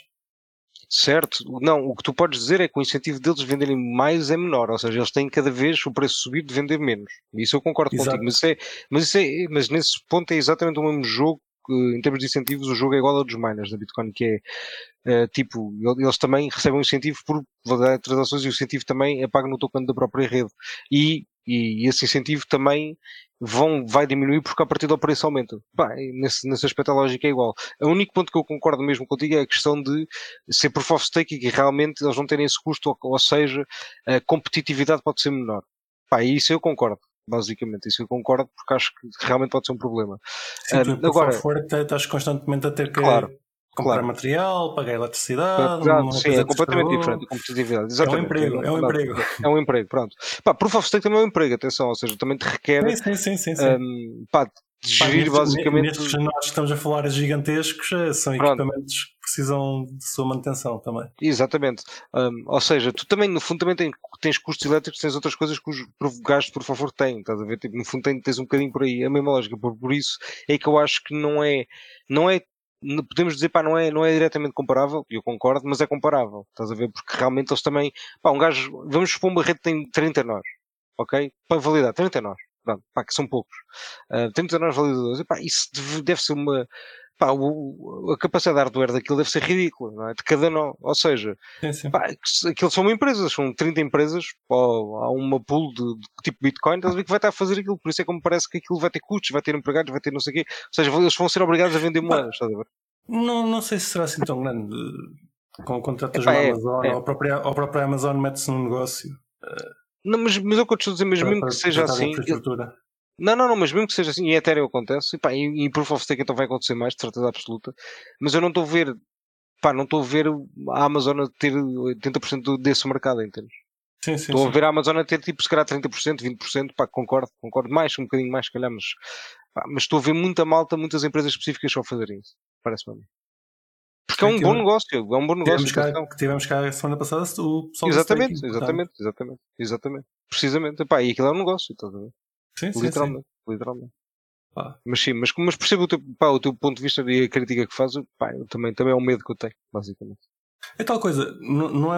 Certo? Não, o que tu podes dizer é que o incentivo deles venderem mais é menor, ou seja, eles têm cada vez o preço subir de vender menos. Isso eu concordo Exato. contigo, mas, isso é, mas, isso é, mas nesse ponto é exatamente o mesmo jogo, que, em termos de incentivos, o jogo é igual ao dos miners da Bitcoin, que é uh, tipo, eles também recebem um incentivo por validar transações e o incentivo também é pago no token da própria rede. E, e esse incentivo também vão, vai diminuir porque a partir do preço aumenta. Pá, nesse, nesse aspecto a lógica é igual. O único ponto que eu concordo mesmo contigo é a questão de ser proof of stake e que realmente eles não terem esse custo, ou, ou seja, a competitividade pode ser menor. Pá, isso eu concordo, basicamente. Isso eu concordo porque acho que realmente pode ser um problema. Sim, um, tu por agora, favor estás constantemente a ter que claro, comprar claro. material, pagar eletricidade, Exato, uma sim, coisa é completamente estragou. diferente a competitividade. É um Exatamente. emprego, não, é um não, emprego. É um emprego, pronto. Pá, Proof of Stake também é um emprego, atenção, ou seja, também te requer Sim, sim, sim, sim, sim. um, pá, de Pá, gerir nestes, basicamente. nestes nós que estamos a falar gigantescos, são Pronto. equipamentos que precisam de sua manutenção também. Exatamente. Um, ou seja, tu também, no fundo, também tens, tens custos elétricos, tens outras coisas que os gastos, por favor, têm. Estás a ver? Tipo, no fundo, tens, tens um bocadinho por aí. A mesma lógica. Por, por isso é que eu acho que não é. Não é podemos dizer, pá, não é, não é diretamente comparável, e eu concordo, mas é comparável. Estás a ver? Porque realmente eles também. Pá, um gajo. Vamos supor uma rede que tem trinta nós. Ok? Para validar. trinta nós. Pronto, pá, que são poucos. Uh, trinta nós validadores. E, pá, isso deve, deve ser uma. Pá, o, a capacidade de hardware daquilo deve ser ridícula, não é? De cada nó. Ou seja, sim, sim. Pá, aquilo são uma empresa, são trinta empresas, ou há uma pool de, de tipo Bitcoin, estás a ver que vai estar a fazer aquilo. Por isso é como parece que aquilo vai ter custos, vai ter empregados, vai ter não sei o quê. Ou seja, eles vão ser obrigados a vender moedas, estás a ver? Não, não sei se será assim tão grande. Com contratas Epá, uma é, Amazon, é. ou a própria, ou a própria Amazon mete-se num negócio. Não, mas, mas é o que eu estou a dizer, mas para, mesmo para que seja assim. infraestrutura. Não, não, não, mas mesmo que seja assim, e Ethereum acontece, e, pá, e, e Proof of Stake então vai acontecer mais, de certeza absoluta, mas eu não estou a ver, pá, não estou a ver a Amazon a ter oitenta por cento desse mercado, entendes? Sim, sim, Estou sim. a ver a Amazon a ter tipo se calhar trinta por cento, vinte por cento, pá, concordo, concordo mais, um bocadinho mais, se calhar, mas, pá, mas estou a ver muita malta, muitas empresas específicas só fazerem isso, parece-me a mim. Porque é um bom negócio, é um bom negócio. Tivemos cá, tivemos cá a semana passada o pessoal exatamente, do staking, exatamente, exatamente, exatamente. Precisamente, pá, e aquilo é um negócio, estás a ver? Sim, sim, literalmente, sim. literalmente. Pá. Mas sim, mas, mas percebo o teu, pá, o teu ponto de vista e a crítica que fazes, pá, eu também, também é um medo que eu tenho, basicamente. É tal coisa, não é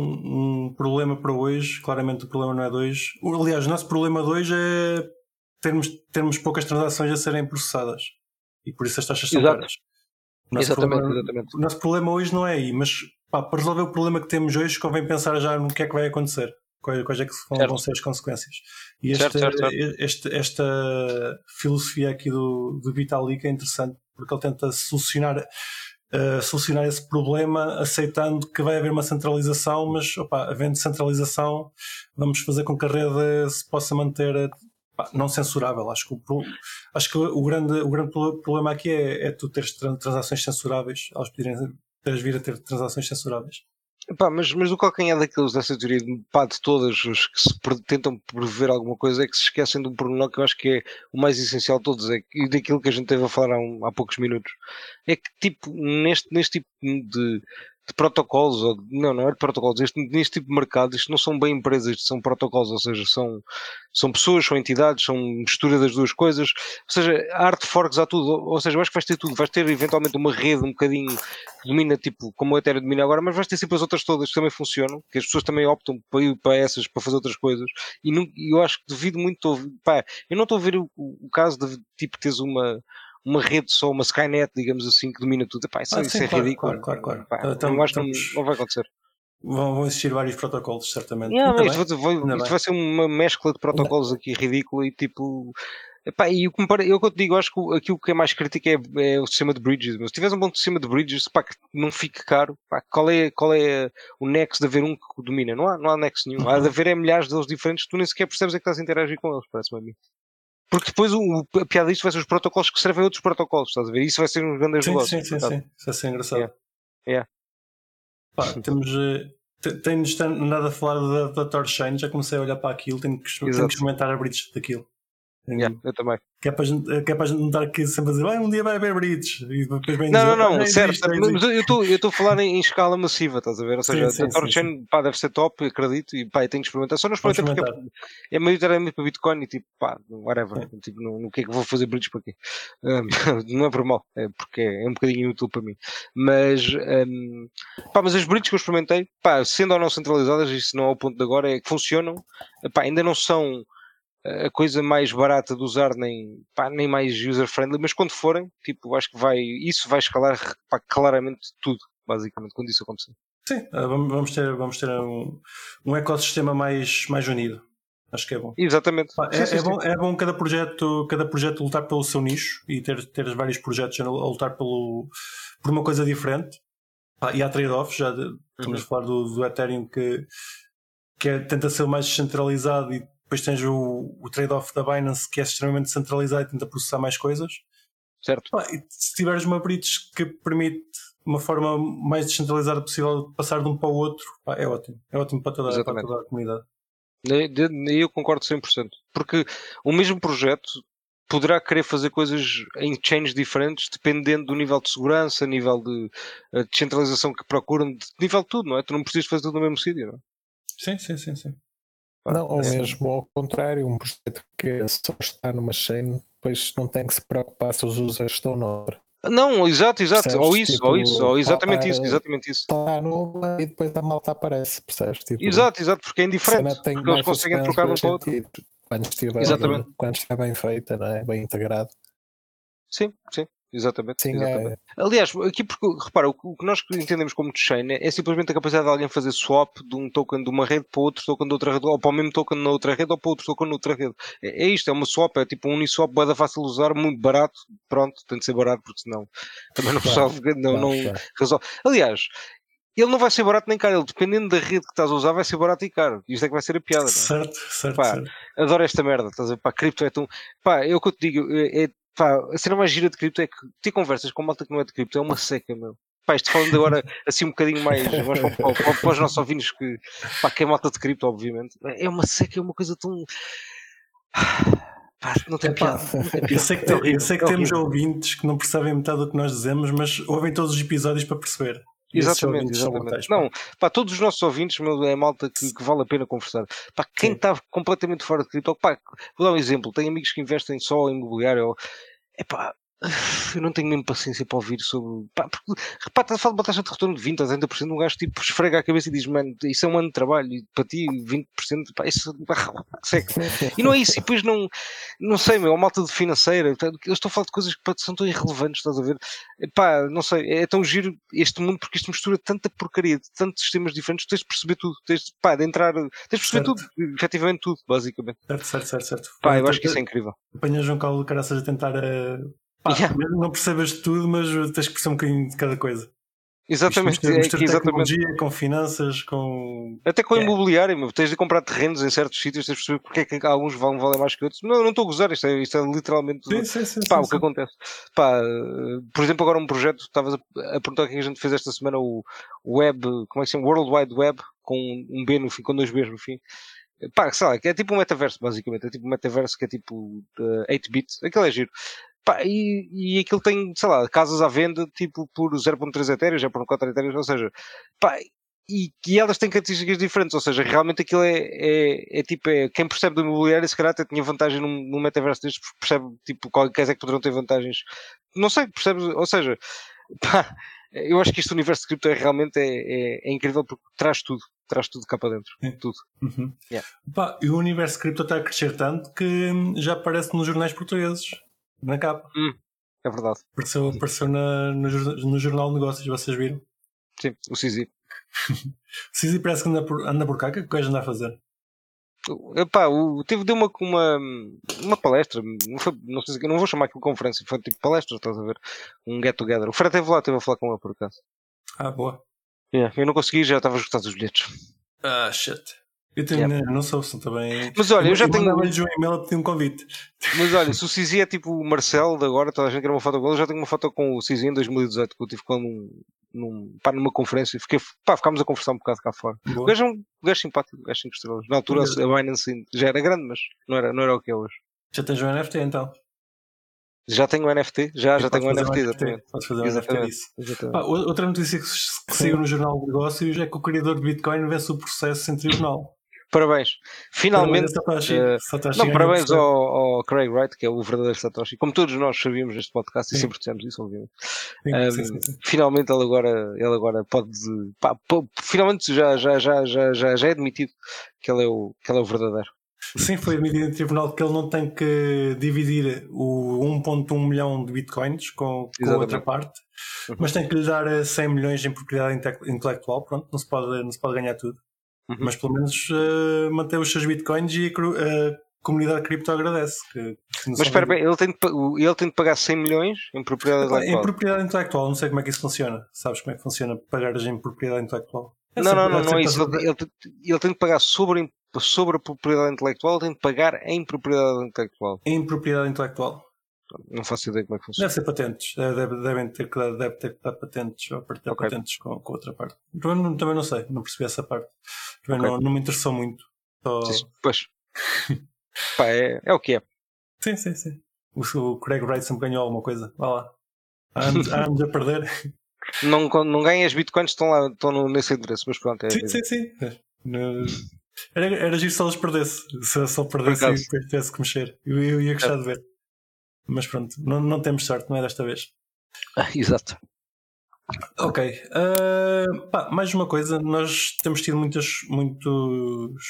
um, um problema para hoje, claramente o problema não é de hoje. Aliás, o nosso problema de hoje é termos, termos poucas transações a serem processadas e por isso as taxas são Exato. caras. O nosso, exatamente, problema, exatamente. o nosso problema hoje não é aí, mas pá, para resolver o problema que temos hoje, convém pensar já no que é que vai acontecer, quais, quais é que vão, vão ser as consequências. E este, certo, certo, certo. Este, esta filosofia aqui do, do Vitalik é interessante porque ele tenta solucionar. uh, solucionar esse problema aceitando que vai haver uma centralização, mas opa, havendo centralização vamos fazer com que a rede se possa manter pá, não censurável. Acho que, o, acho que o, grande, o grande problema aqui é, é tu teres transações censuráveis, elas poderem teres vir a ter transações censuráveis. Pá, mas, mas o calcanhar daqueles dessa teoria de, pá, de todas os que se pre- tentam prever alguma coisa é que se esquecem de um pormenor que eu acho que é o mais essencial de todos, é que, e daquilo que a gente teve a falar há, um- há poucos minutos, é que tipo, neste, neste tipo de, de protocolos, ou, não, não é de protocolos, este, neste tipo de mercado, isto não são bem empresas, são protocolos, ou seja, são, são pessoas, são entidades, são mistura das duas coisas, ou seja, há art forks, há tudo, ou, ou seja, vais, vais ter tudo, vais ter eventualmente uma rede um bocadinho que domina, tipo, como o Ethereum domina agora, mas vais ter sempre as outras todas que também funcionam, que as pessoas também optam para ir para essas, para fazer outras coisas, e não, eu acho que devido muito, pá, eu não estou a ver o, o caso de, tipo, teres uma, uma rede só, uma Skynet, digamos assim, que domina tudo. Epá, isso, Ah, isso sim, é claro, ridículo. claro, claro, claro. Pá, Então, não acho que não, estamos, não vai acontecer. vão, vão existir vários protocolos, certamente. Yeah, Ainda isto bem, vai, ainda isto bem. vai ser uma mescla de protocolos aqui ridícula e tipo. Epá, e o que me pare... eu que eu te digo, acho que o- aquilo que é mais crítico é, é o sistema de bridges. Mas se tiveres um bom sistema de bridges, pá, que não fique caro, pá, qual é, qual é o nexo de haver um que o domina? Não há, não há nexo nenhum. Há de haver é milhares deles diferentes, tu nem sequer percebes é que estás a interagir com eles, parece-me a mim. Porque depois o, o- a piada disto vai ser os protocolos que servem a outros protocolos, estás a ver? Isso vai ser um grande Sim, negócio. sim, sim, sim. Isso vai ser engraçado. Yeah. Yeah. Pá, temos. eh, te- Tenho-nos andado a falar da, da Torchain, já comecei a olhar para aquilo, tenho que, tenho que Exato. experimentar a bridge daquilo. Yeah, eu também. Que é para a gente, que é para a gente não estar aqui sempre a dizer, vai, um dia vai haver bridge. E depois vem Não, dizer, não, não, "Ah, já certo, existe, já mas existe." eu estou eu estou a falar em, em escala massiva, estás a ver? Ou seja, Sim, a sim, sim, sim. Torchain, pá, deve ser top, acredito, e pá, eu tenho que experimentar. Só não Vamos experimentei porque experimentar. é maioritariamente para Bitcoin e tipo, pá, whatever. Sim. Tipo, no, no que é que vou fazer bridge para quê? Um, não é por mal, é porque é, é um bocadinho inútil para mim. Mas, um, pá, mas as bridges que eu experimentei, pá, sendo ou não centralizadas, isso não é o ponto de agora, é que funcionam, pá, ainda não são a coisa mais barata de usar, nem, pá, nem mais user-friendly, mas quando forem, tipo, acho que vai, isso vai escalar, pá, claramente tudo, basicamente, quando isso acontecer. Sim, ah, vamos vamos ter, vamos ter um, um ecossistema mais, mais unido. Acho que é bom. Exatamente. Pá, Sim, É, sim, é sim. bom, é bom cada projeto, cada projeto lutar pelo seu nicho e ter, ter vários projetos a lutar pelo, por uma coisa diferente. Pá, e há trade-offs, já de- estamos Uhum. a falar do, do Ethereum que, que é- tenta ser o mais descentralizado e depois tens o, o trade-off da Binance que é extremamente centralizado e tenta processar mais coisas. Certo. Pá, e se tiveres uma bridge que permite uma forma mais descentralizada possível de passar de um para o outro, pá, é ótimo. É ótimo para toda, para Exatamente. toda a comunidade. E de- e eu concordo cem por cento. Porque o mesmo projeto poderá querer fazer coisas em chains diferentes dependendo do nível de segurança, nível de eh, descentralização que procuram, de nível de tudo, não é? Tu não precisas fazer tudo no mesmo sítio, não é? Sim, sim, sim, sim. Pá, Não, ou é. mesmo ao contrário, um projeto que só está numa chain, depois não tem que se preocupar se os users estão noutra. Não, exato, exato. Percebes? Ou isso, Tipo, ou isso, ou exatamente tá- isso, exatamente isso. Está numa e depois a malta aparece, percebes? Tipo, Exato, exato, porque é a indiferente. cena tem Porque eles mais conseguem funcionar nos trocar de um dois para o outro. sentidos. Quando estiver, Exatamente. quando estiver bem feita, não é? Bem integrado. Sim, sim, exatamente. Sim, exatamente. é. Aliás, aqui porque, repara, o que o que nós entendemos como chain é, é simplesmente a capacidade de alguém fazer swap de um token de uma rede para outro token de outra rede, ou para o mesmo token na outra rede, ou para outro token na outra rede. É, é isto, é uma swap, é tipo um uniswap, bué da fácil de usar, muito barato. Pronto, tem de ser barato, porque senão também não Claro, resolve, não, claro, não claro. resolve. Aliás, ele não vai ser barato nem caro, ele, dependendo da rede que estás a usar, vai ser barato e caro. Isto é que vai ser a piada, não é? Certo, certo, Pá, certo. adoro esta merda, estás a ver? Pá, cripto é tão. Pá, é o que eu te digo, é, é- pá, a cena mais gira de cripto é que ter conversas com malta que não é de cripto é uma seca, meu. Pá, isto falando agora assim um bocadinho mais. Vamos para, para, para, para os nossos ouvintes que. Pá, que é malta de cripto, obviamente. É uma seca, é uma coisa tão. Pá, não tem Epá, piada. Não tem eu piada. sei que, É te- eu horrível. sei que É temos horrível. ouvintes que não percebem metade do que nós dizemos, mas ouvem todos os episódios para perceber. E esses Exatamente, ouvintes são exatamente. mortais. pá. Não, pá, todos os nossos ouvintes, meu, é malta que, que vale a pena conversar. Pá, quem Sim. está completamente fora de cripto, pá, vou dar um exemplo. Tenho amigos que investem só em imobiliário. Ou, epá, eu não tenho mesmo paciência para ouvir sobre. Pá, porque, repá, estás a falar de uma taxa de retorno de vinte a trinta por cento, um gajo tipo esfrega a cabeça e diz, mano, isso é um ano de trabalho, e para ti vinte por cento, pá, isso pá, seca. E não é isso, e depois não, não sei, meu, a malta de financeira, tá, eu estou a falar de coisas que pá, são tão irrelevantes, estás a ver? Pá, não sei, é tão giro este mundo porque isto mistura tanta porcaria de tantos sistemas diferentes, tu tens de perceber tudo, tens de, pá, de entrar, tens de perceber Certo. tudo, efetivamente tudo, basicamente. Certo, certo, certo, certo. Pá, eu Te- acho que isso é te- incrível. Apanhas um calo de caraças a tentar uh, Pá, Yeah. não percebes de tudo, mas tens que perceber um bocadinho de cada coisa. Exatamente, Isto mistura, é mistura que exatamente. tecnologia com finanças, com. Até com o É. imobiliário, meu. Tens de comprar terrenos em certos sítios, tens de perceber porque é que alguns vão valer mais que outros. Não, eu não estou a gozar, isto é, isto é literalmente Sim, sim, sim, pá, sim, o que sim. acontece. Pá, eh, por exemplo, agora um projeto, estavas a, a perguntar o que é que a gente fez esta semana, o Web, como é que se chama? World Wide Web, com um B no fim, com dois Bs no fim. Pá, sei lá, que é tipo um metaverso, basicamente. É tipo um metaverso que é tipo uh, oito bits. Aquilo é giro. Pá, e, e aquilo tem, sei lá, casas à venda tipo por zero ponto três etéreos, zero ponto quatro etéreos, ou seja, pá, e, e elas têm características diferentes, ou seja, realmente aquilo é, é, é tipo, é, quem percebe do imobiliário se calhar até tinha vantagem num, num metaverso destes, porque percebe, tipo, quais é que poderão ter vantagens, não sei, percebes, ou seja, pá, eu acho que este universo de cripto é realmente é, é, é incrível porque traz tudo, traz tudo cá para dentro, Sim. tudo. Uhum. Yeah. Pá, e o universo cripto está a crescer tanto que já aparece nos jornais portugueses, na capa. Hum, é verdade. Apareceu, apareceu na, no, no Jornal de Negócios, vocês viram? Sim, o Sisi. O Sisi parece que anda por, anda por cá, o que é que o gajo anda a fazer? Epá, o, teve de uma, uma, uma palestra, não, foi, não sei se não vou chamar aquilo de conferência, foi tipo palestra, estás a ver? Um get together. O Fred esteve lá, esteve a falar com ele por acaso. Ah, boa. Yeah, eu não consegui, já estava esgotado os bilhetes. Ah, shit. Eu tenho, Yeah. não sou, são também. Mas olha, eu já tenho. mandava-lhes um e-mail a pedir um convite. Mas olha, se o Sisi é tipo o Marcelo de agora, toda a gente quer uma foto com ele, eu já tenho uma foto com o Sisi em dois mil e dezoito, que eu tive com ele num, num, pá, numa conferência e fiquei, pá, ficámos a conversar um bocado cá fora. O Boa. gajo é um o gajo simpático, o gajo cinco estrelas. Na altura Obrigado. a Binance já era grande, mas não era, não era o que é hoje. Já tens um N F T então? Já tenho um N F T? Já, já tenho um N F T, um exatamente. Podes fazer um Exatamente. N F T disso. Exatamente. Pá, outra notícia que, que saiu no Jornal de Negócios é que o criador de Bitcoin vence o processo sem tribunal. Parabéns. Finalmente. Parabéns, Satoshi. Uh, Satoshi não, ganhou parabéns o ao, processo. ao Craig Wright, que é o verdadeiro Satoshi. Como todos nós sabíamos neste podcast e Sim. sempre dissemos isso, obviamente. Sim, Um, sim, sim, sim. Finalmente ele agora, ele agora pode. Pá, pô, finalmente já, já, já, já, já, já é admitido que ele é o, que ele é o verdadeiro. Sim, foi admitido em tribunal que ele não tem que dividir o um ponto um milhão de bitcoins com, com a outra parte, Uhum. mas tem que lhe dar cem milhões em propriedade inte- intelectual. Pronto, não se pode, não se pode ganhar tudo, Uhum. mas pelo menos uh, manter os seus bitcoins e a, cru- a comunidade cripto agradece. Que, que não Mas são espera, vendidos. bem, ele tem, de, pa- ele tem de pagar cem milhões em propriedade Epá, em intelectual. propriedade intelectual, não sei como é que isso funciona. Sabes como é que funciona pagares em propriedade intelectual? É Não, não, sempre- não, é não é sempre isso. a- Ele, ele, ele tem de pagar sobre, sobre a propriedade intelectual, ele tem de pagar em propriedade intelectual. Em propriedade intelectual. Não faço ideia como é que funciona. Deve ser patentes. Deve, devem ter que dar, deve ter que dar patentes ou partilhar Ok. patentes com, com a outra parte. Também não, também não sei, não percebi essa parte. Também Ok. não, não me interessou muito. Só... Sim, pois. Pá, é, é o que é. Sim, sim, sim. O, o Craig Wright sempre ganhou alguma coisa. Vá lá. Há anos, há anos a perder. Não, não ganha as bitcoins, estão lá, estão no, nesse endereço, mas pronto. É, Sim, sim, sim. No- Era, era giro se eles perdesse. Se se ele perdesse e acaso. depois tivesse que mexer. Eu, eu ia gostar de ver. Mas pronto, não, não temos sorte, não é desta vez. Ah, exato. Ok. Uh, pá, mais uma coisa, nós temos tido muitas, muitos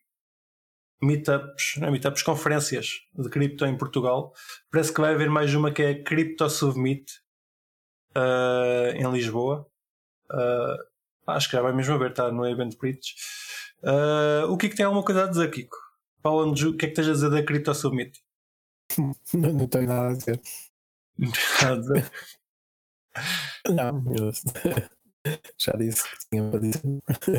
meetups, não é meetups, conferências de cripto em Portugal. Parece que vai haver mais uma que é a Crypto Submit uh, em Lisboa. Uh, acho que já vai mesmo haver, está no Eventbrite. Uh, o que é que tem alguma coisa a dizer, Kiko? Fala-nos o que é que tens a dizer da Crypto Submit? Não, não tenho nada a dizer. Nada a dizer. Não, eu já disse que tinha para dizer.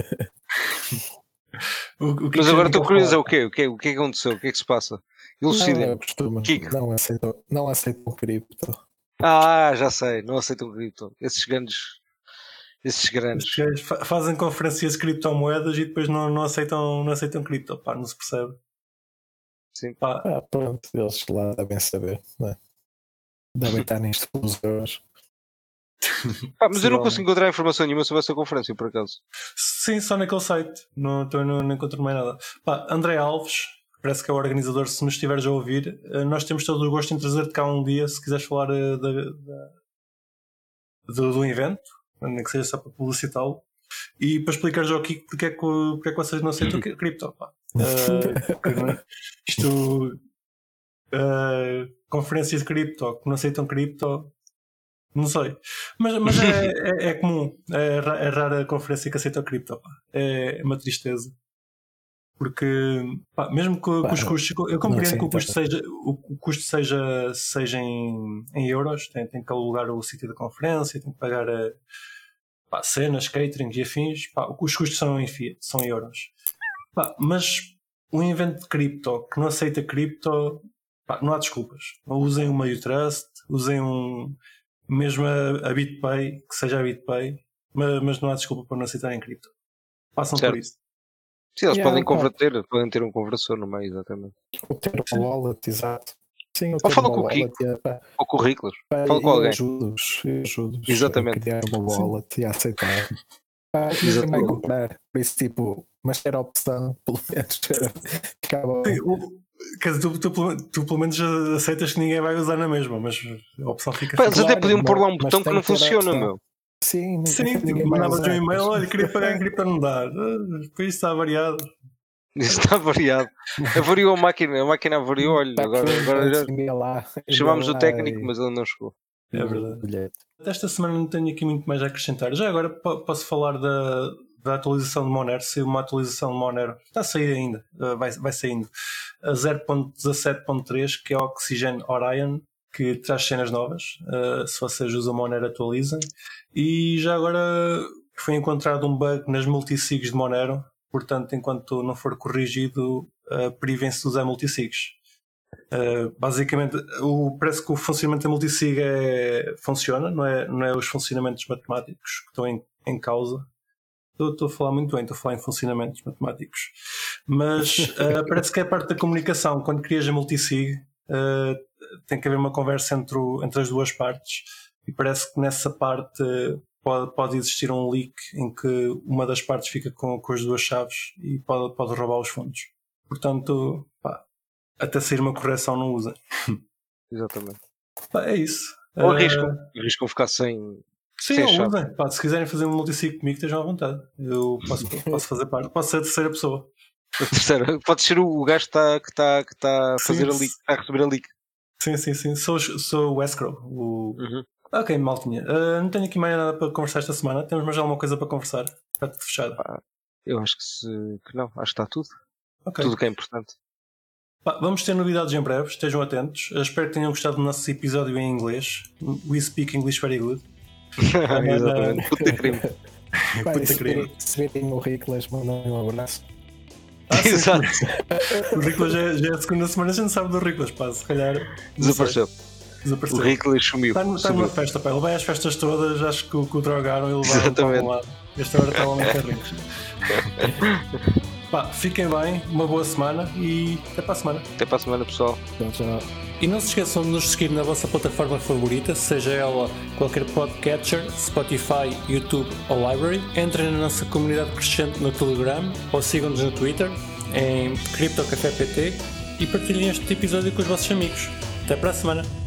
O, o que Mas é que agora a gente estou quer curioso, é falar? o quê? O que, o que é que aconteceu? O que é que se passa? Não, Elucidem. é costume. Kiko. Não aceitam, não aceitam cripto. Ah, já sei, não aceitam cripto. Esses grandes. Esses grandes. Estes gajos fa- fazem conferências de criptomoedas e depois não, não, aceitam, não aceitam cripto. Pá, não se percebe. Sim. Pá, Ah, pronto, eles lá devem saber, não é? Devem estar nisto pelos euros. Ah, mas eu não Possivelmente. consigo encontrar informação nenhuma sobre essa conferência, por acaso. sim, só naquele site. Não, também não, não encontro mais nada. Pá, André Alves, parece que é o organizador. Se nos estiveres a ouvir, eh, nós temos todo o gosto em trazer-te cá um dia se quiseres falar eh, da, da- do, do evento, nem que seja só para publicitá-lo. E para explicares ao Kiko porque é que, porque é que vocês não aceitam cri- cripto. Pá. Eh, porque, não é? Isto. eh, conferências de cripto que não aceitam cripto. Não sei, mas, mas é, é, é comum, é, ra- é rara a conferência que aceita o cripto, pá. É, é uma tristeza. Porque pá, mesmo que, que os custos, eu compreendo que o custo seja, o, o custo seja, seja em, em euros, tem, tem que alugar o sítio da conferência, tem que pagar a, pá, cenas, catering e afins, pá, os custos são em fiat, são em euros. Pá, mas um evento de cripto que não aceita cripto, pá, não há desculpas. Usem o Meio Trust, usem um, mesmo a, a BitPay, que seja a BitPay, mas, mas não há desculpa para não aceitarem cripto. Passam certo. por isso. Sim, eles Yeah, podem claro. converter, podem ter um conversor no meio, exatamente. Ou ter uma wallet, exato. Sim, ou Ou ter fala uma com o wallet. Kiko, Yeah, pá, ou com o Riclas. pá, Fala com eu alguém. ajudo-os, eu ajudo-os Exatamente. a criar uma wallet e a aceitar. Pá, ninguém vai Exatamente. comprar. Por isso, tipo, mas era opção, pelo menos. Ficava. Sim, o- quer dizer, tu, tu, pelo- tu pelo menos aceitas que ninguém vai usar na mesma, mas a opção fica Pá, eles fixa. até Claro, podiam pôr lá um mas botão que tem não que ter a funciona, opção. meu. Sim, Sim, ninguém tipo, vai mandavas um usar, e-mail, mas- olha, queria pagar em cripto, não dá. Ah, Depois está variado. Isso está variado. Avariou a máquina, a máquina avariou, olha, Tá agora, aqui um agora já envia lá, envia chamámos o lá técnico, e- mas ele não chegou. É o verdade. bilhete. Esta semana não tenho aqui muito mais a acrescentar. Já agora po- posso falar da, da atualização de Monero. Saiu uma atualização de Monero. Está a sair ainda. Uh, vai, vai saindo. A zero ponto dezassete ponto três, que é o Oxygen Orion, que traz cenas novas. Uh, se vocês usam Monero, atualizem. E já agora foi encontrado um bug nas multisigs de Monero. Portanto, enquanto não for corrigido, uh, privem-se de usar multisigs. Uh, basicamente, o, parece que o funcionamento da multisig é, funciona, não é, não é os funcionamentos matemáticos que estão em, em causa. Estou, estou a falar muito bem, estou a falar em funcionamentos matemáticos. Mas uh, parece que é parte da comunicação. Quando crias a multisig, uh, tem que haver uma conversa entre, o, entre as duas partes. E parece que nessa parte uh, pode, pode existir um leak em que uma das partes fica com, com as duas chaves e pode, pode roubar os fundos. Portanto, pá, até sair uma correção não usa. Exatamente. Pá, é isso. Ou Uh, arriscam, arriscam ficar sem. Sim, sem não chave. usem. Pá, se quiserem fazer um multisig comigo, estejam à vontade. Eu posso, posso fazer parte. Posso ser a terceira pessoa. A terceira, pode ser o gajo que está que tá, que tá a Sim, fazer a sim. leak, que está a receber a leak. Sim, sim, sim. Sou, sou o escrow. O... Uhum. Ok, maltinha. Uh, não tenho aqui mais nada para conversar esta semana. Temos mais alguma coisa para conversar? Está tudo fechado. Eu acho que, se, que não, acho que está tudo. Ok. Tudo que é importante. Pá, vamos ter novidades em breve. Estejam atentos. Uh, espero que tenham gostado do nosso episódio em inglês. We speak English very good. Exatamente. Puta crime. Pá, Puta e se crime. virem- se virem o Riclas, mandam um abraço. Ah, sim. Exato. O Riclas já, já é a segunda semana, a gente sabe do Riclas, pá, se calhar não Desapareceu. sei. Desapareceu. O Riclas sumiu. Está, está sumiu. numa festa, pá. Ele vai às festas todas, acho que, o- que o drogaram e levaram para Exatamente. algum lado. Esta hora está lá em carrinhos. Pá, fiquem bem, uma boa semana e até para a semana. Até para a semana, pessoal. Então, já. E não se esqueçam de nos seguir na vossa plataforma favorita, seja ela qualquer podcatcher, Spotify, YouTube ou Library. Entrem na nossa comunidade crescente no Telegram ou sigam-nos no Twitter em CryptoCafé P T e partilhem este episódio com os vossos amigos. Até para a semana!